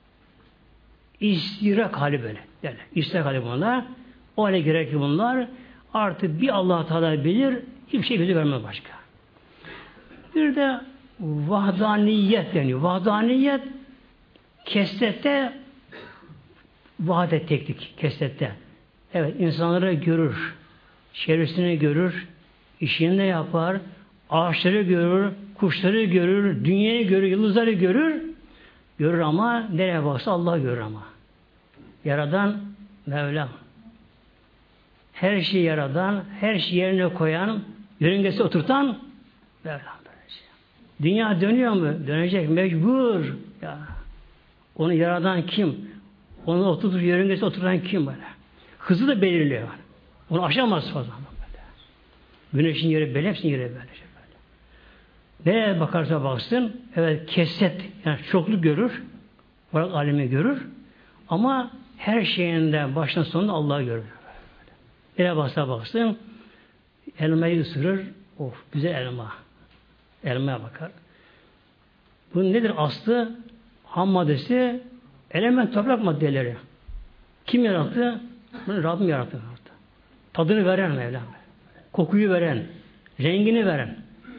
İstirak hali böyle derler. İstirak hali bunlar. O hale gerek ki bunlar artık bir Allah Teala bilir, hiçbir şey gözü görmez başka. Bir de vahdaniyet deniyor. Vahdaniyet kesrette vahdet teknik kesrette. Evet, insanları görür, çevresini görür, işini de yapar, ağaçları görür, kuşları görür, dünyayı görür, yıldızları görür. Görür ama nereye baksa Allah görür ama. Yaradan Mevlam. Her şeyi yaradan, her şeyi yerine koyan, yörüngesi oturtan Mevlam. Dünya dönüyor mu? Dönecek, mecbur. Ya. Onu yaradan kim? Onu oturtup yörüngesi oturan kim böyle? Hızı da belirliyor. Onu aşamaz fazla. Böyle. Güneşin yeri belli, hepsinin yeri böyle. Nereye bakarsa baksın, evet kesret, yani çokluk görür, olarak alemi görür, ama her şeyinde baştan sonunda Allah'ı görür. Nereye baksa baksın, elmayı ısırır, of güzel elma. Elmaya bakar. Bunun nedir aslı? Ham maddesi, element toprak maddeleri. Kim yarattı? Bunu Rabbim yarattı. Tadını veren Mevlam. Kokuyu veren, rengini veren.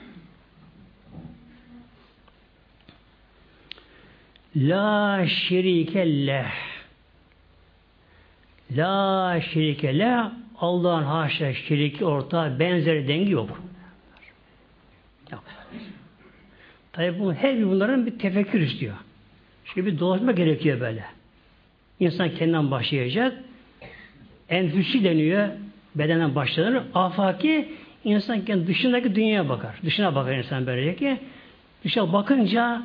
La şerike leh. La şerike leh. Allah'ın haşa şeriki ortağı benzeri dengi yok. Tabi bu her bunların bir tefekkür istiyor. Şimdi bir dolaşma gerekiyor böyle. İnsan kendinden başlayacak. Enfüsi deniyor. Bedenen başlanır. Afaki insan kendi dışındaki dünyaya bakar. Dışına bakar insan böylece ki. Dışa bakınca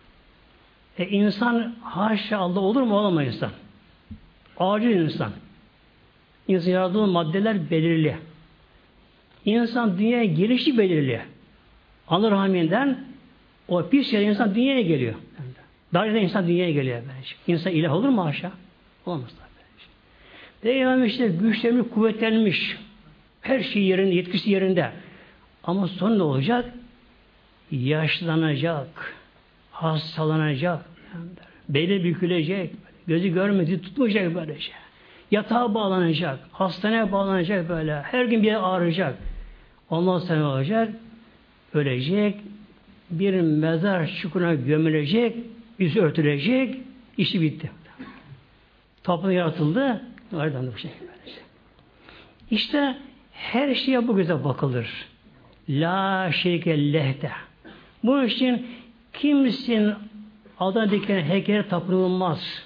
insan haşa Allah olur mu olamaz insan. Acil insan. İnsan yaradığı maddeler belirli. İnsan dünyaya gelişi belirli. Allah rahminden o pis yere insan dünyaya geliyor. Daha önce insan dünyaya geliyor. İnsan ilah olur mu haşa? Olmaz tabii. Peygamber işte güçlenmiş, kuvvetlenmiş. Her şey yerinde, yetkisi yerinde. Ama son ne olacak? Yaşlanacak. Hastalanacak. Beli bükülecek. Gözü görmedi, tutmayacak böylece. Yatağa bağlanacak. Hastaneye bağlanacak böyle. Her gün bir yer ağrıyacak. Ondan sonra ne olacak? Ölecek. Bir mezar çukuruna gömülecek. Yüzü örtülecek. İşi bitti. Toplum yaratıldı. Oradan bu şekilde. İşte her şeye bu göze bakılır. La şerike lehte. Bunun için kimsin adına dikilen heykele tapınılmaz.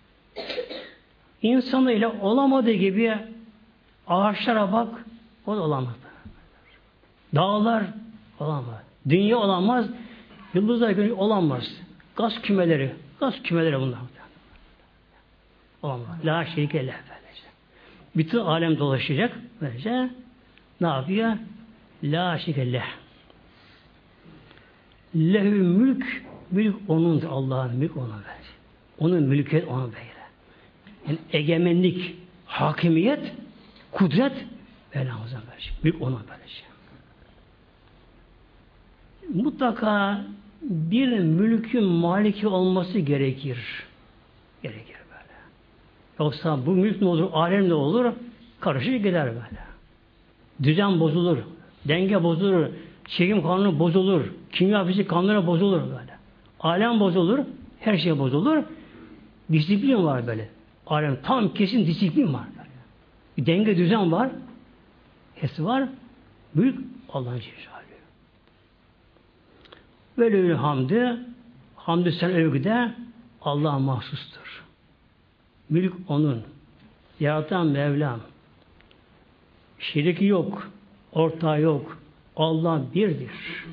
İnsanı ile olamadığı gibi ağaçlara bak, o da olamaz. Dağlar olamaz. Dünya olamaz. Yıldızlar günü olamaz. Gaz kümeleri bunlar. Olamaz. La şerike leh. Bütün alem dolaşacak. Böylece ne yapıyor? La şerike leh. Lehü mülk, mülk onundur. Allah'ın mülk ona verir. Onun mülkiyet ona verir. Yani egemenlik, hakimiyet, kudret Mevlamızdan verir. Mülk ona verir. Mutlaka bir mülkün maliki olması gerekir. Gerekir böyle. Yoksa bu mülk ne olur, alem ne olur? Karışır gider böyle. Düzen bozulur, denge bozulur, çekim kanunu bozulur, kimya fizik kanunları bozulur böyle. Alem bozulur, her şey bozulur. Disiplin var böyle. Alem tam kesin disiplin var böyle. Bir denge düzen var. Hepsi var. Mülk Allah'ın cezası. Böyle bir hamdü sen övgüde Allah'a mahsustur. Mülk onun. Yaratan Mevlam. Şiriki yok. Ortağı yok. Allah birdir.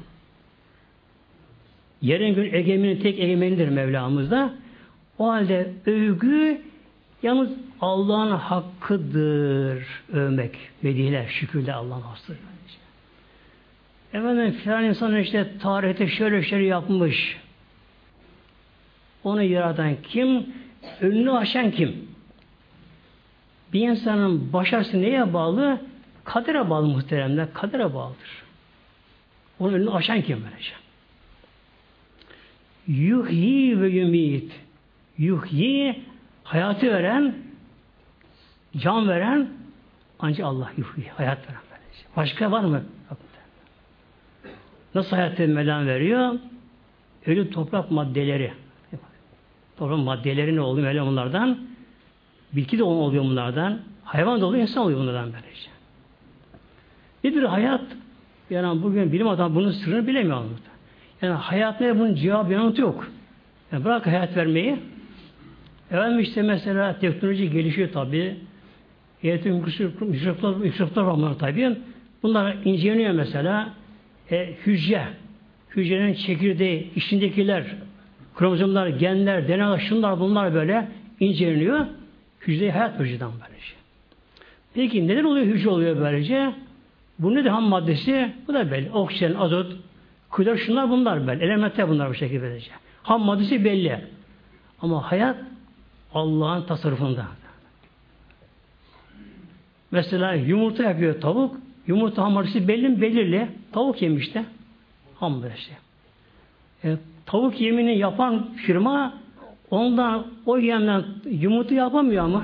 Yerin gün egemeni tek egemenidir Mevlamızda. O halde övgü yalnız Allah'ın hakkıdır övmek. Mediheler, şükürler Allah'ın hakkıdır. Efendim filan insan işte tarihte şöyle yapmış. Onu yaratan kim? Önünü aşan kim? Bir insanın başarısı neye bağlı? Kadere bağlı muhteremler. Kadere bağlıdır. Onun önünü aşan kim böylece? Yuhyi ve yumit. Yuhyi hayatı veren, can veren ancak Allah yuhyi. Hayat veren böylece. Başka var mı? Nasıl hayat Mevlam veriyor? Ölü toprak maddeleri. Toprak maddeleri ne oluyor Mevlam bunlardan? Bitki de oluyor bunlardan. Hayvan da oluyor, insan oluyor bunlardan böylece. Nedir hayat? Yani bugün bilim adamı bunun sırrını bilemiyor. Yani hayat ne? Bunun cevabı yanıtı yok. Yani bırak hayat vermeyi. Efendim işte mesela teknoloji gelişiyor tabii. Mikroplar var bunlar tabii. Bunlar inceleniyor mesela. Hücrenin çekirdeği, içindekiler, kromozomlar, genler, DNA'lar, şunlar bunlar böyle inceleniyor. Hücreye hayat hücreden böylece. Peki neden oluyor hücre oluyor böylece? Bu ne de ham maddesi? Bu da belli. Oksijen, azot, klor, şunlar bunlar belli. Elementler bunlar bu şekilde böylece. Ham maddesi belli. Ama hayat Allah'ın tasarrufunda. Mesela yumurta yapıyor tavuk. Yumurta ham maddesi belirli. Tavuk yemiş de. Ham maddesi. Tavuk yemini yapan firma ondan o yemden yumurta yapamıyor ama.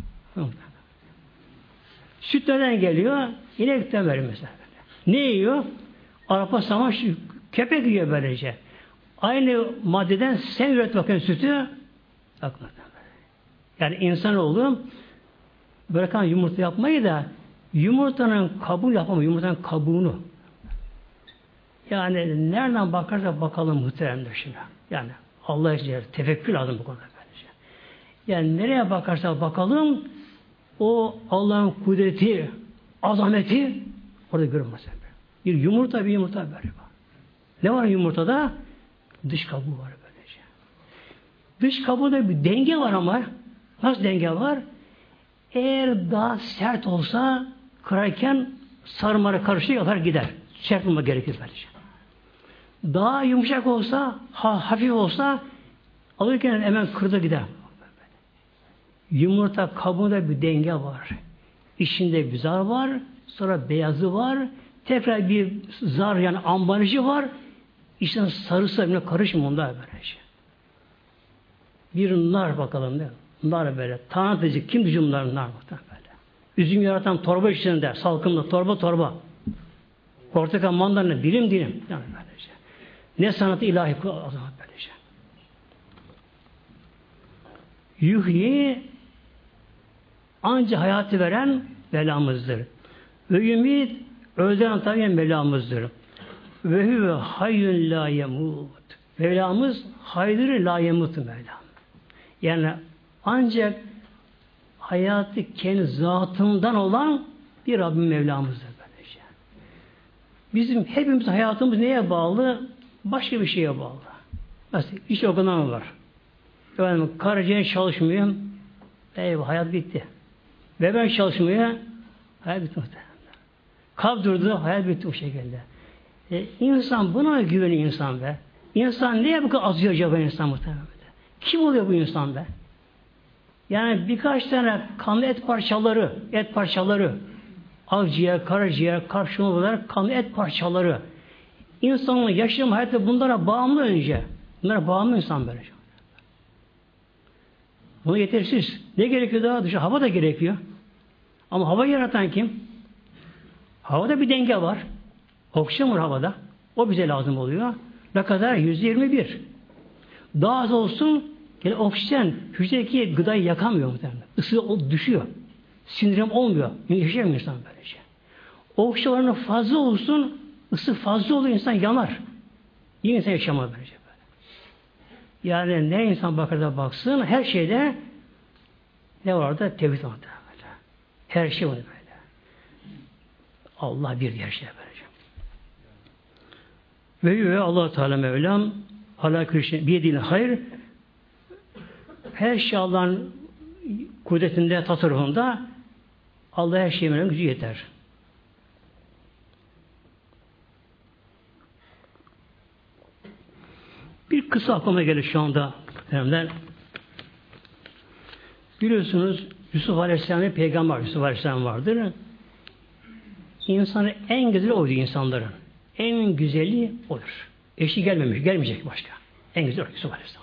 Süt neden geliyor? İnekten veriyor mesela. Ne yiyor? Arpa saman kepek yiyor böylece. Aynı maddeden sen üret bakın sütü. Yani insanoğlu bırakan yumurta yapmayı da yumurtanın kabuğunu yapamıyor. Yumurtanın kabuğunu. Yani nereden bakarsak bakalım muhteremdir şimdi. Yani Allah için tefekkür lazım bu konuda. Bence. Yani nereye bakarsak bakalım o Allah'ın kudreti, azameti orada görünmez. Bir yumurta böyle. Ne var yumurtada? Dış kabuğu var böylece. Dış kabuğunda bir denge var ama nasıl denge var? Eğer daha sert olsa kırarken sarımara karışık yatar gider. Sert olmak gerekir böylece. Daha yumuşak olsa, hafif olsa alırken hemen kırdı gider. Yumurta kabuğunda bir denge var. İçinde bir zar var. Sonra beyazı var. Tekrar bir zar yani ambalajı var. İçinde sarısı bile karışmıyor onlar böylece. Bir nar bakalım değil mi? Nar böyle. Tanıtıcı. Kim diyor bunlar nar böyle. Üzüm yaratan torba içinde. Salkımda torba. Portakal mandalina dilim. Yani böylece. Ne sanatı ilahi o zaman böylece. Yuhyi ancak hayatı veren Mevlamızdır. Ve ümit öldüren tabi Mevlamızdır. Ve huve hayyun la yemut. Mevlamız haydır la yemut Mevlam. Yani ancak hayatı kendi zatından olan bir Rabbim Mevlamızdır böylece. Bizim hepimiz hayatımız neye bağlı? Başka bir şeye bağlı. Mesela iş okunan var. Efendim karaciğer çalışmıyor. Eyvah hayat bitti. Bebek çalışmıyor. Hayat bitti muhtemelen. Kalp durdu. Hayat bitti bu şekilde. İnsan buna güveniyor insan be. İnsan neye bu kadar azıyor acaba insan muhtemelen? Kim oluyor bu insan be? Yani birkaç tane kanlı et parçaları, akciğer, karaciğer, kalp kanlı et parçaları. İnsanın yaşam hayatı bunlara bağımlı önce. Bunlara bağımlı insan böyle. Buna yetersiz. Ne gerekiyor daha? Dışı hava da gerekiyor. Ama hava yaratan kim? Havada bir denge var. Oksijen var havada. O bize lazım oluyor. Ne kadar? %21. Daha az olsun yani oksijen hücredeki gıdayı yakamıyor muhtemelen. Isı düşüyor. Sindirim olmuyor. Yaşayamıyor insan böylece. Oksijen oranı fazla olsun, ısı fazla olur insan yanar. Yine insan yaşamaz böylece. Yani ne insan bakar da baksın her şeyde ne var da tevhid var böyle. Her şey var böyle. Allah bir her şey böylece. Ve Allah Teala Mevlam ala külli bir dil hayır. Her şey Allah'ın kudretinde, tasarrufunda Allah her şeyin gücü yeter. Bir kısa aklıma gelir şu anda. Biliyorsunuz Yusuf Aleyhisselam'ın peygamber Yusuf Aleyhisselam vardır. İnsanın en güzeli oydu insanların. En güzeli odur. Eşi gelmeyecek başka. En güzeli Yusuf Aleyhisselam.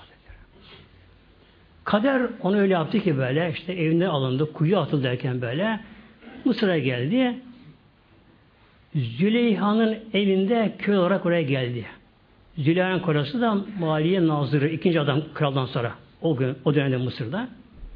Kader onu öyle yaptı ki böyle işte evinden alındı, kuyuya atıldı derken böyle Mısır'a geldi. Züleyha'nın elinde köy olarak oraya geldi. Züleyha'nın kocası da Maliye Nazırı, ikinci adam kraldan sonra o dönemde Mısır'da.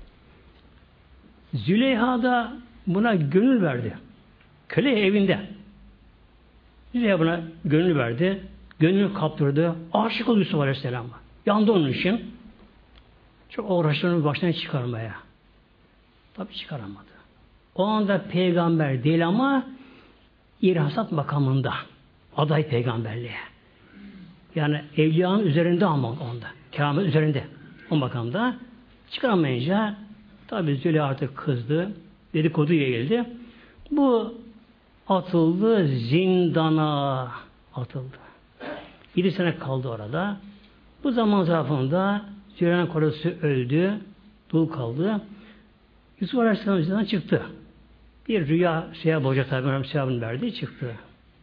Züleyha da buna gönül verdi. Köle evinde. Züleyha buna gönül verdi. Gönlünü kaptırdı. Aşık oldu Yusuf Aleyhisselam'a. Yandı onun için. Çok uğraştı baştan çıkarmaya. Tabii çıkaramadı. O anda peygamber değil ama irhasat makamında. Aday peygamberliğe. Yani evliyanın üzerinde ama onda. Keramet üzerinde. O makamda. Çıkaramayınca tabii Züleyha artık kızdı. Dedikodu yayıldı. Bu atıldı zindana. Atıldı. 7 sene kaldı orada. Bu zaman zarfında Züleyha'nın kocası öldü. Dul kaldı. Yusuf Aleyhisselam zindan çıktı. Bir rüya sevap hoca tabi sevabını verdi. Çıktı.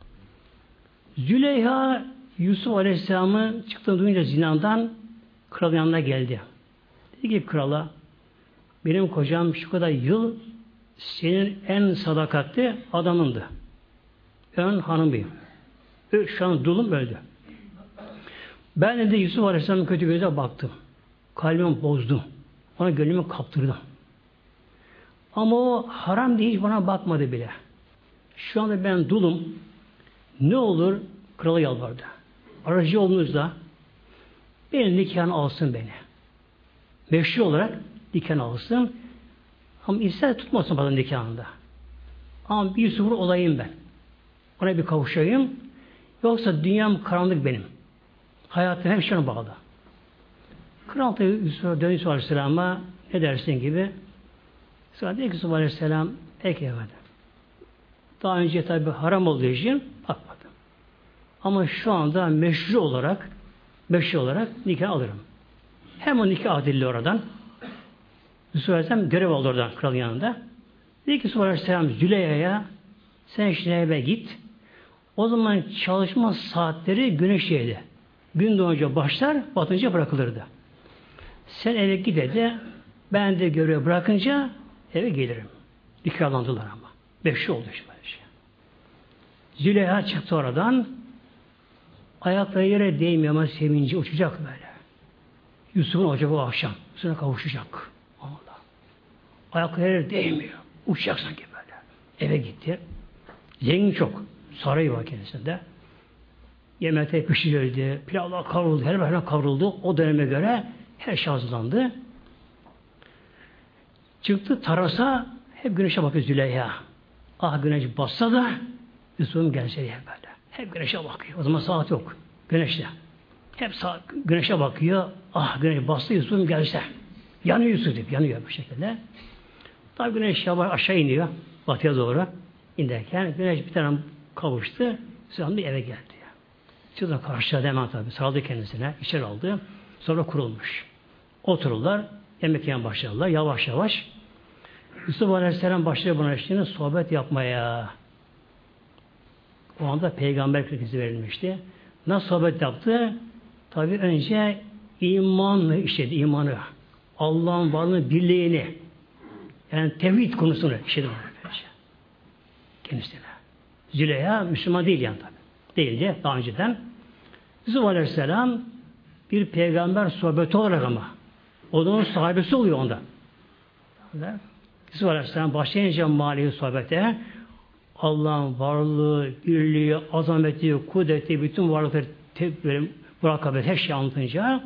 Züleyha Yusuf Aleyhisselam'ın çıktığını duyunca zindandan kralın yanına geldi. Dedi ki krala benim kocam şu kadar yıl senin en sadakatli adamındı. Ben hanımıyım. Şu an dulum öldü. Ben de Yusuf Aleyhisselam'ın kötü gözüne baktım. Kalbimi bozdum. Ona gönlümü kaptırdım. Ama o haram diye hiç bana bakmadı bile. Şu anda ben dulum. Ne olur krala yalvardı. Aracı olunuzda benim nikahını alsın beni. Meşru olarak nikahını alsın. Ama ister tutmasın bazen nikahında. Ama bir Yusuf'un olayım ben. Ona bir kavuşayım. Yoksa dünyam karanlık benim. Hayatım hep şuna bağlı. Kral da Yusuf Aleyhisselam'a ne dersin gibi. Sonra dedi ki Yusuf Aleyhisselam peki efendim. Daha önce tabi haram olduğu için bakmadım. Ama şu anda meşru olarak nikah alırım. Hem o nikah adilli oradan Yusuf Aleyhisselam görev aldı oradan kralın yanında. Dedi ki Yusuf Aleyhisselam Züleyha'ya sen şimdi eve git. O zaman çalışma saatleri güneş yedi. Gün doğunca başlar, batınca bırakılırdı. Sen eve git dedi. Ben de görev bırakınca eve gelirim. İkramlandılar ama. 5 oldu işte böyle şey. Züleyha çıktı oradan. Ayakları yere değmiyor ama sevinci uçacak böyle. Yusuf'un olacak o akşam. Yusuf'una kavuşacak. Allah. Ayakları yere değmiyor. Uçacak sanki böyle. Eve gitti. Zengin çok. Sarayı var kendisinde. Yemekte pişirildi. Pilavlar kavruldu. Her kavruldu. O döneme göre her şey hazırlandı. Çıktı terasa hep güneşe bakıyor Züleyha. Ah güneş bassa da Yusuf'um gelse diye böyle. Hep güneşe bakıyor. O zaman saat yok. Güneşte. Hep güneşe bakıyor. Ah güneş bassa Yusuf'um gelse. Yanıyor Yusuf deyip yanıyor bu şekilde. Tabi güneş yavaş aşağı iniyor. Batıya doğru inerken güneş bir tane kavuştu. Sonra bir eve geldi. Şurada karşıladı hemen tabi. Sarıldı kendisine. İçeri aldı. Sonra kurulmuş. Otururlar. Yemek yiyen başlarlar. Yavaş yavaş. Yusuf Aleyhisselam başlıyor buna eşliğine sohbet yapmaya. O anda peygamber kırkısı verilmişti. Nasıl sohbet yaptı? Tabi önce imanla işledi. İmanı. Allah'ın varlığını, birliğini. Yani tevhid konusunu işledi. Kendisine. Züleyha Müslüman değil yani tabi. Değildi daha önceden. Yusuf Aleyhisselam bir peygamber sohbeti olarak ama o da onun sahibesi oluyor onda. Yusuf Aleyhisselam başlayınca mali sohbete Allah'ın varlığı, birliği, azameti, kudreti, bütün varlıkları murakabet her şeyi anlatınca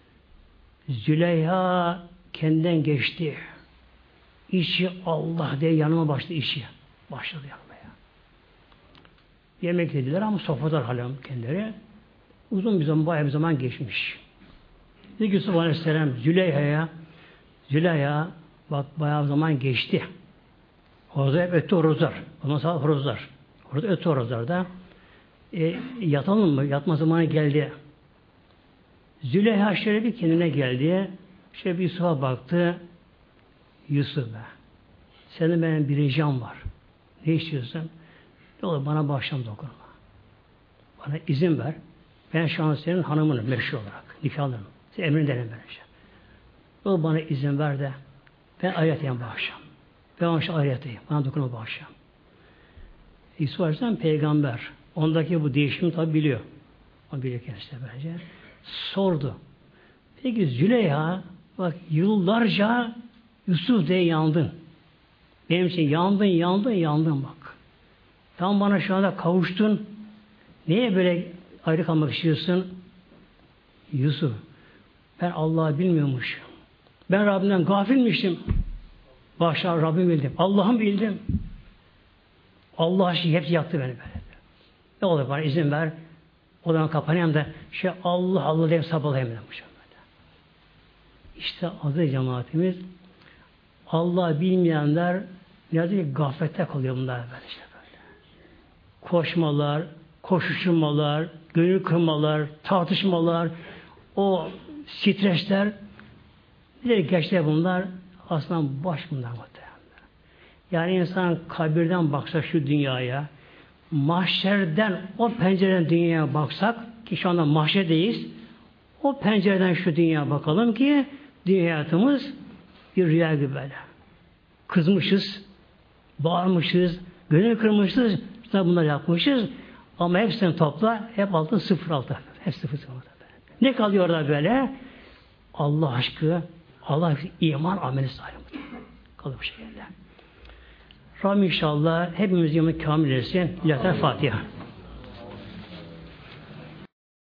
Züleyha kendinden geçti. İşi Allah diye yanıma başladı işi. Başladı yanmaya. Yemek yediler ama sofralar hala kendileri. Uzun bir zaman, bayağı bir zaman geçmiş. Dedi Yusuf Aleyhisselam Züleyha bak bayağı bir zaman geçti. Orada hep öttü horozlar. Ondan sonra horozlar. Orada öttü horozlar da yatalım mı? Yatma zamanı geldi. Züleyha şöyle bir kendine geldi. Şöyle bir Yusuf'a baktı. Yusuf be. Senin benim bir ricam var. Ne istiyorsun? Ne olur bana bu akşam dokunma. Bana izin ver. Ben şu an senin hanımınım meşru olarak. Nikahlıyım. Sen emrin derim ben işte. Ne olur bana izin ver de ben ayrıyatayım bu akşam. Ben o akşam ayrıyatayım. Bana dokunma bu akşam. Yusuf Aleyhisselam peygamber. Ondaki bu değişimi tabi biliyor. O biliyor kendisi bence. Sordu. Peki Züleyha bak yıllarca Yusuf diye yandın. Benim için yandın bak. Tam bana şu anda kavuştun. Neye böyle ayrı kalmak istiyorsun? Yusuf, ben Allah'ı bilmiyormuşum. Ben Rabbimden gafilmişim. Başta Rabbim bildim. Allah'ım bildim. Allah hepsi yaktı beni böyle. Ne olur bana izin ver. Odan kapanayım da Allah diye sabahlayayım demiş. İşte aziz cemaatimiz Allah bilmeyenler ne ki gaflette kalıyor bunlar böyle işte böyle. Koşmalar, koşuşturmalar, gönül kırmalar, tartışmalar, o stresler, gerçekten bunlar aslında baş bunlar muhtemelen. Yani insan kabirden baksa şu dünyaya, mahşerden, o pencereden dünyaya baksak, ki şu anda mahşerdeyiz, o pencereden şu dünyaya bakalım ki dünya hayatımız bir rüya gibi böyle. Kızmışız, bağırmışız, gönül kırmışız, bunları yapmışız ama hepsini topla, hep altı 0,6. Hep 0,6. Ne kalıyor orada böyle? Allah aşkı, Allah iman ameli sahibi. Kalıyor bu şekilde. Rabbim inşallah hepimiz imanı kamil etsin. İlahi Fatiha.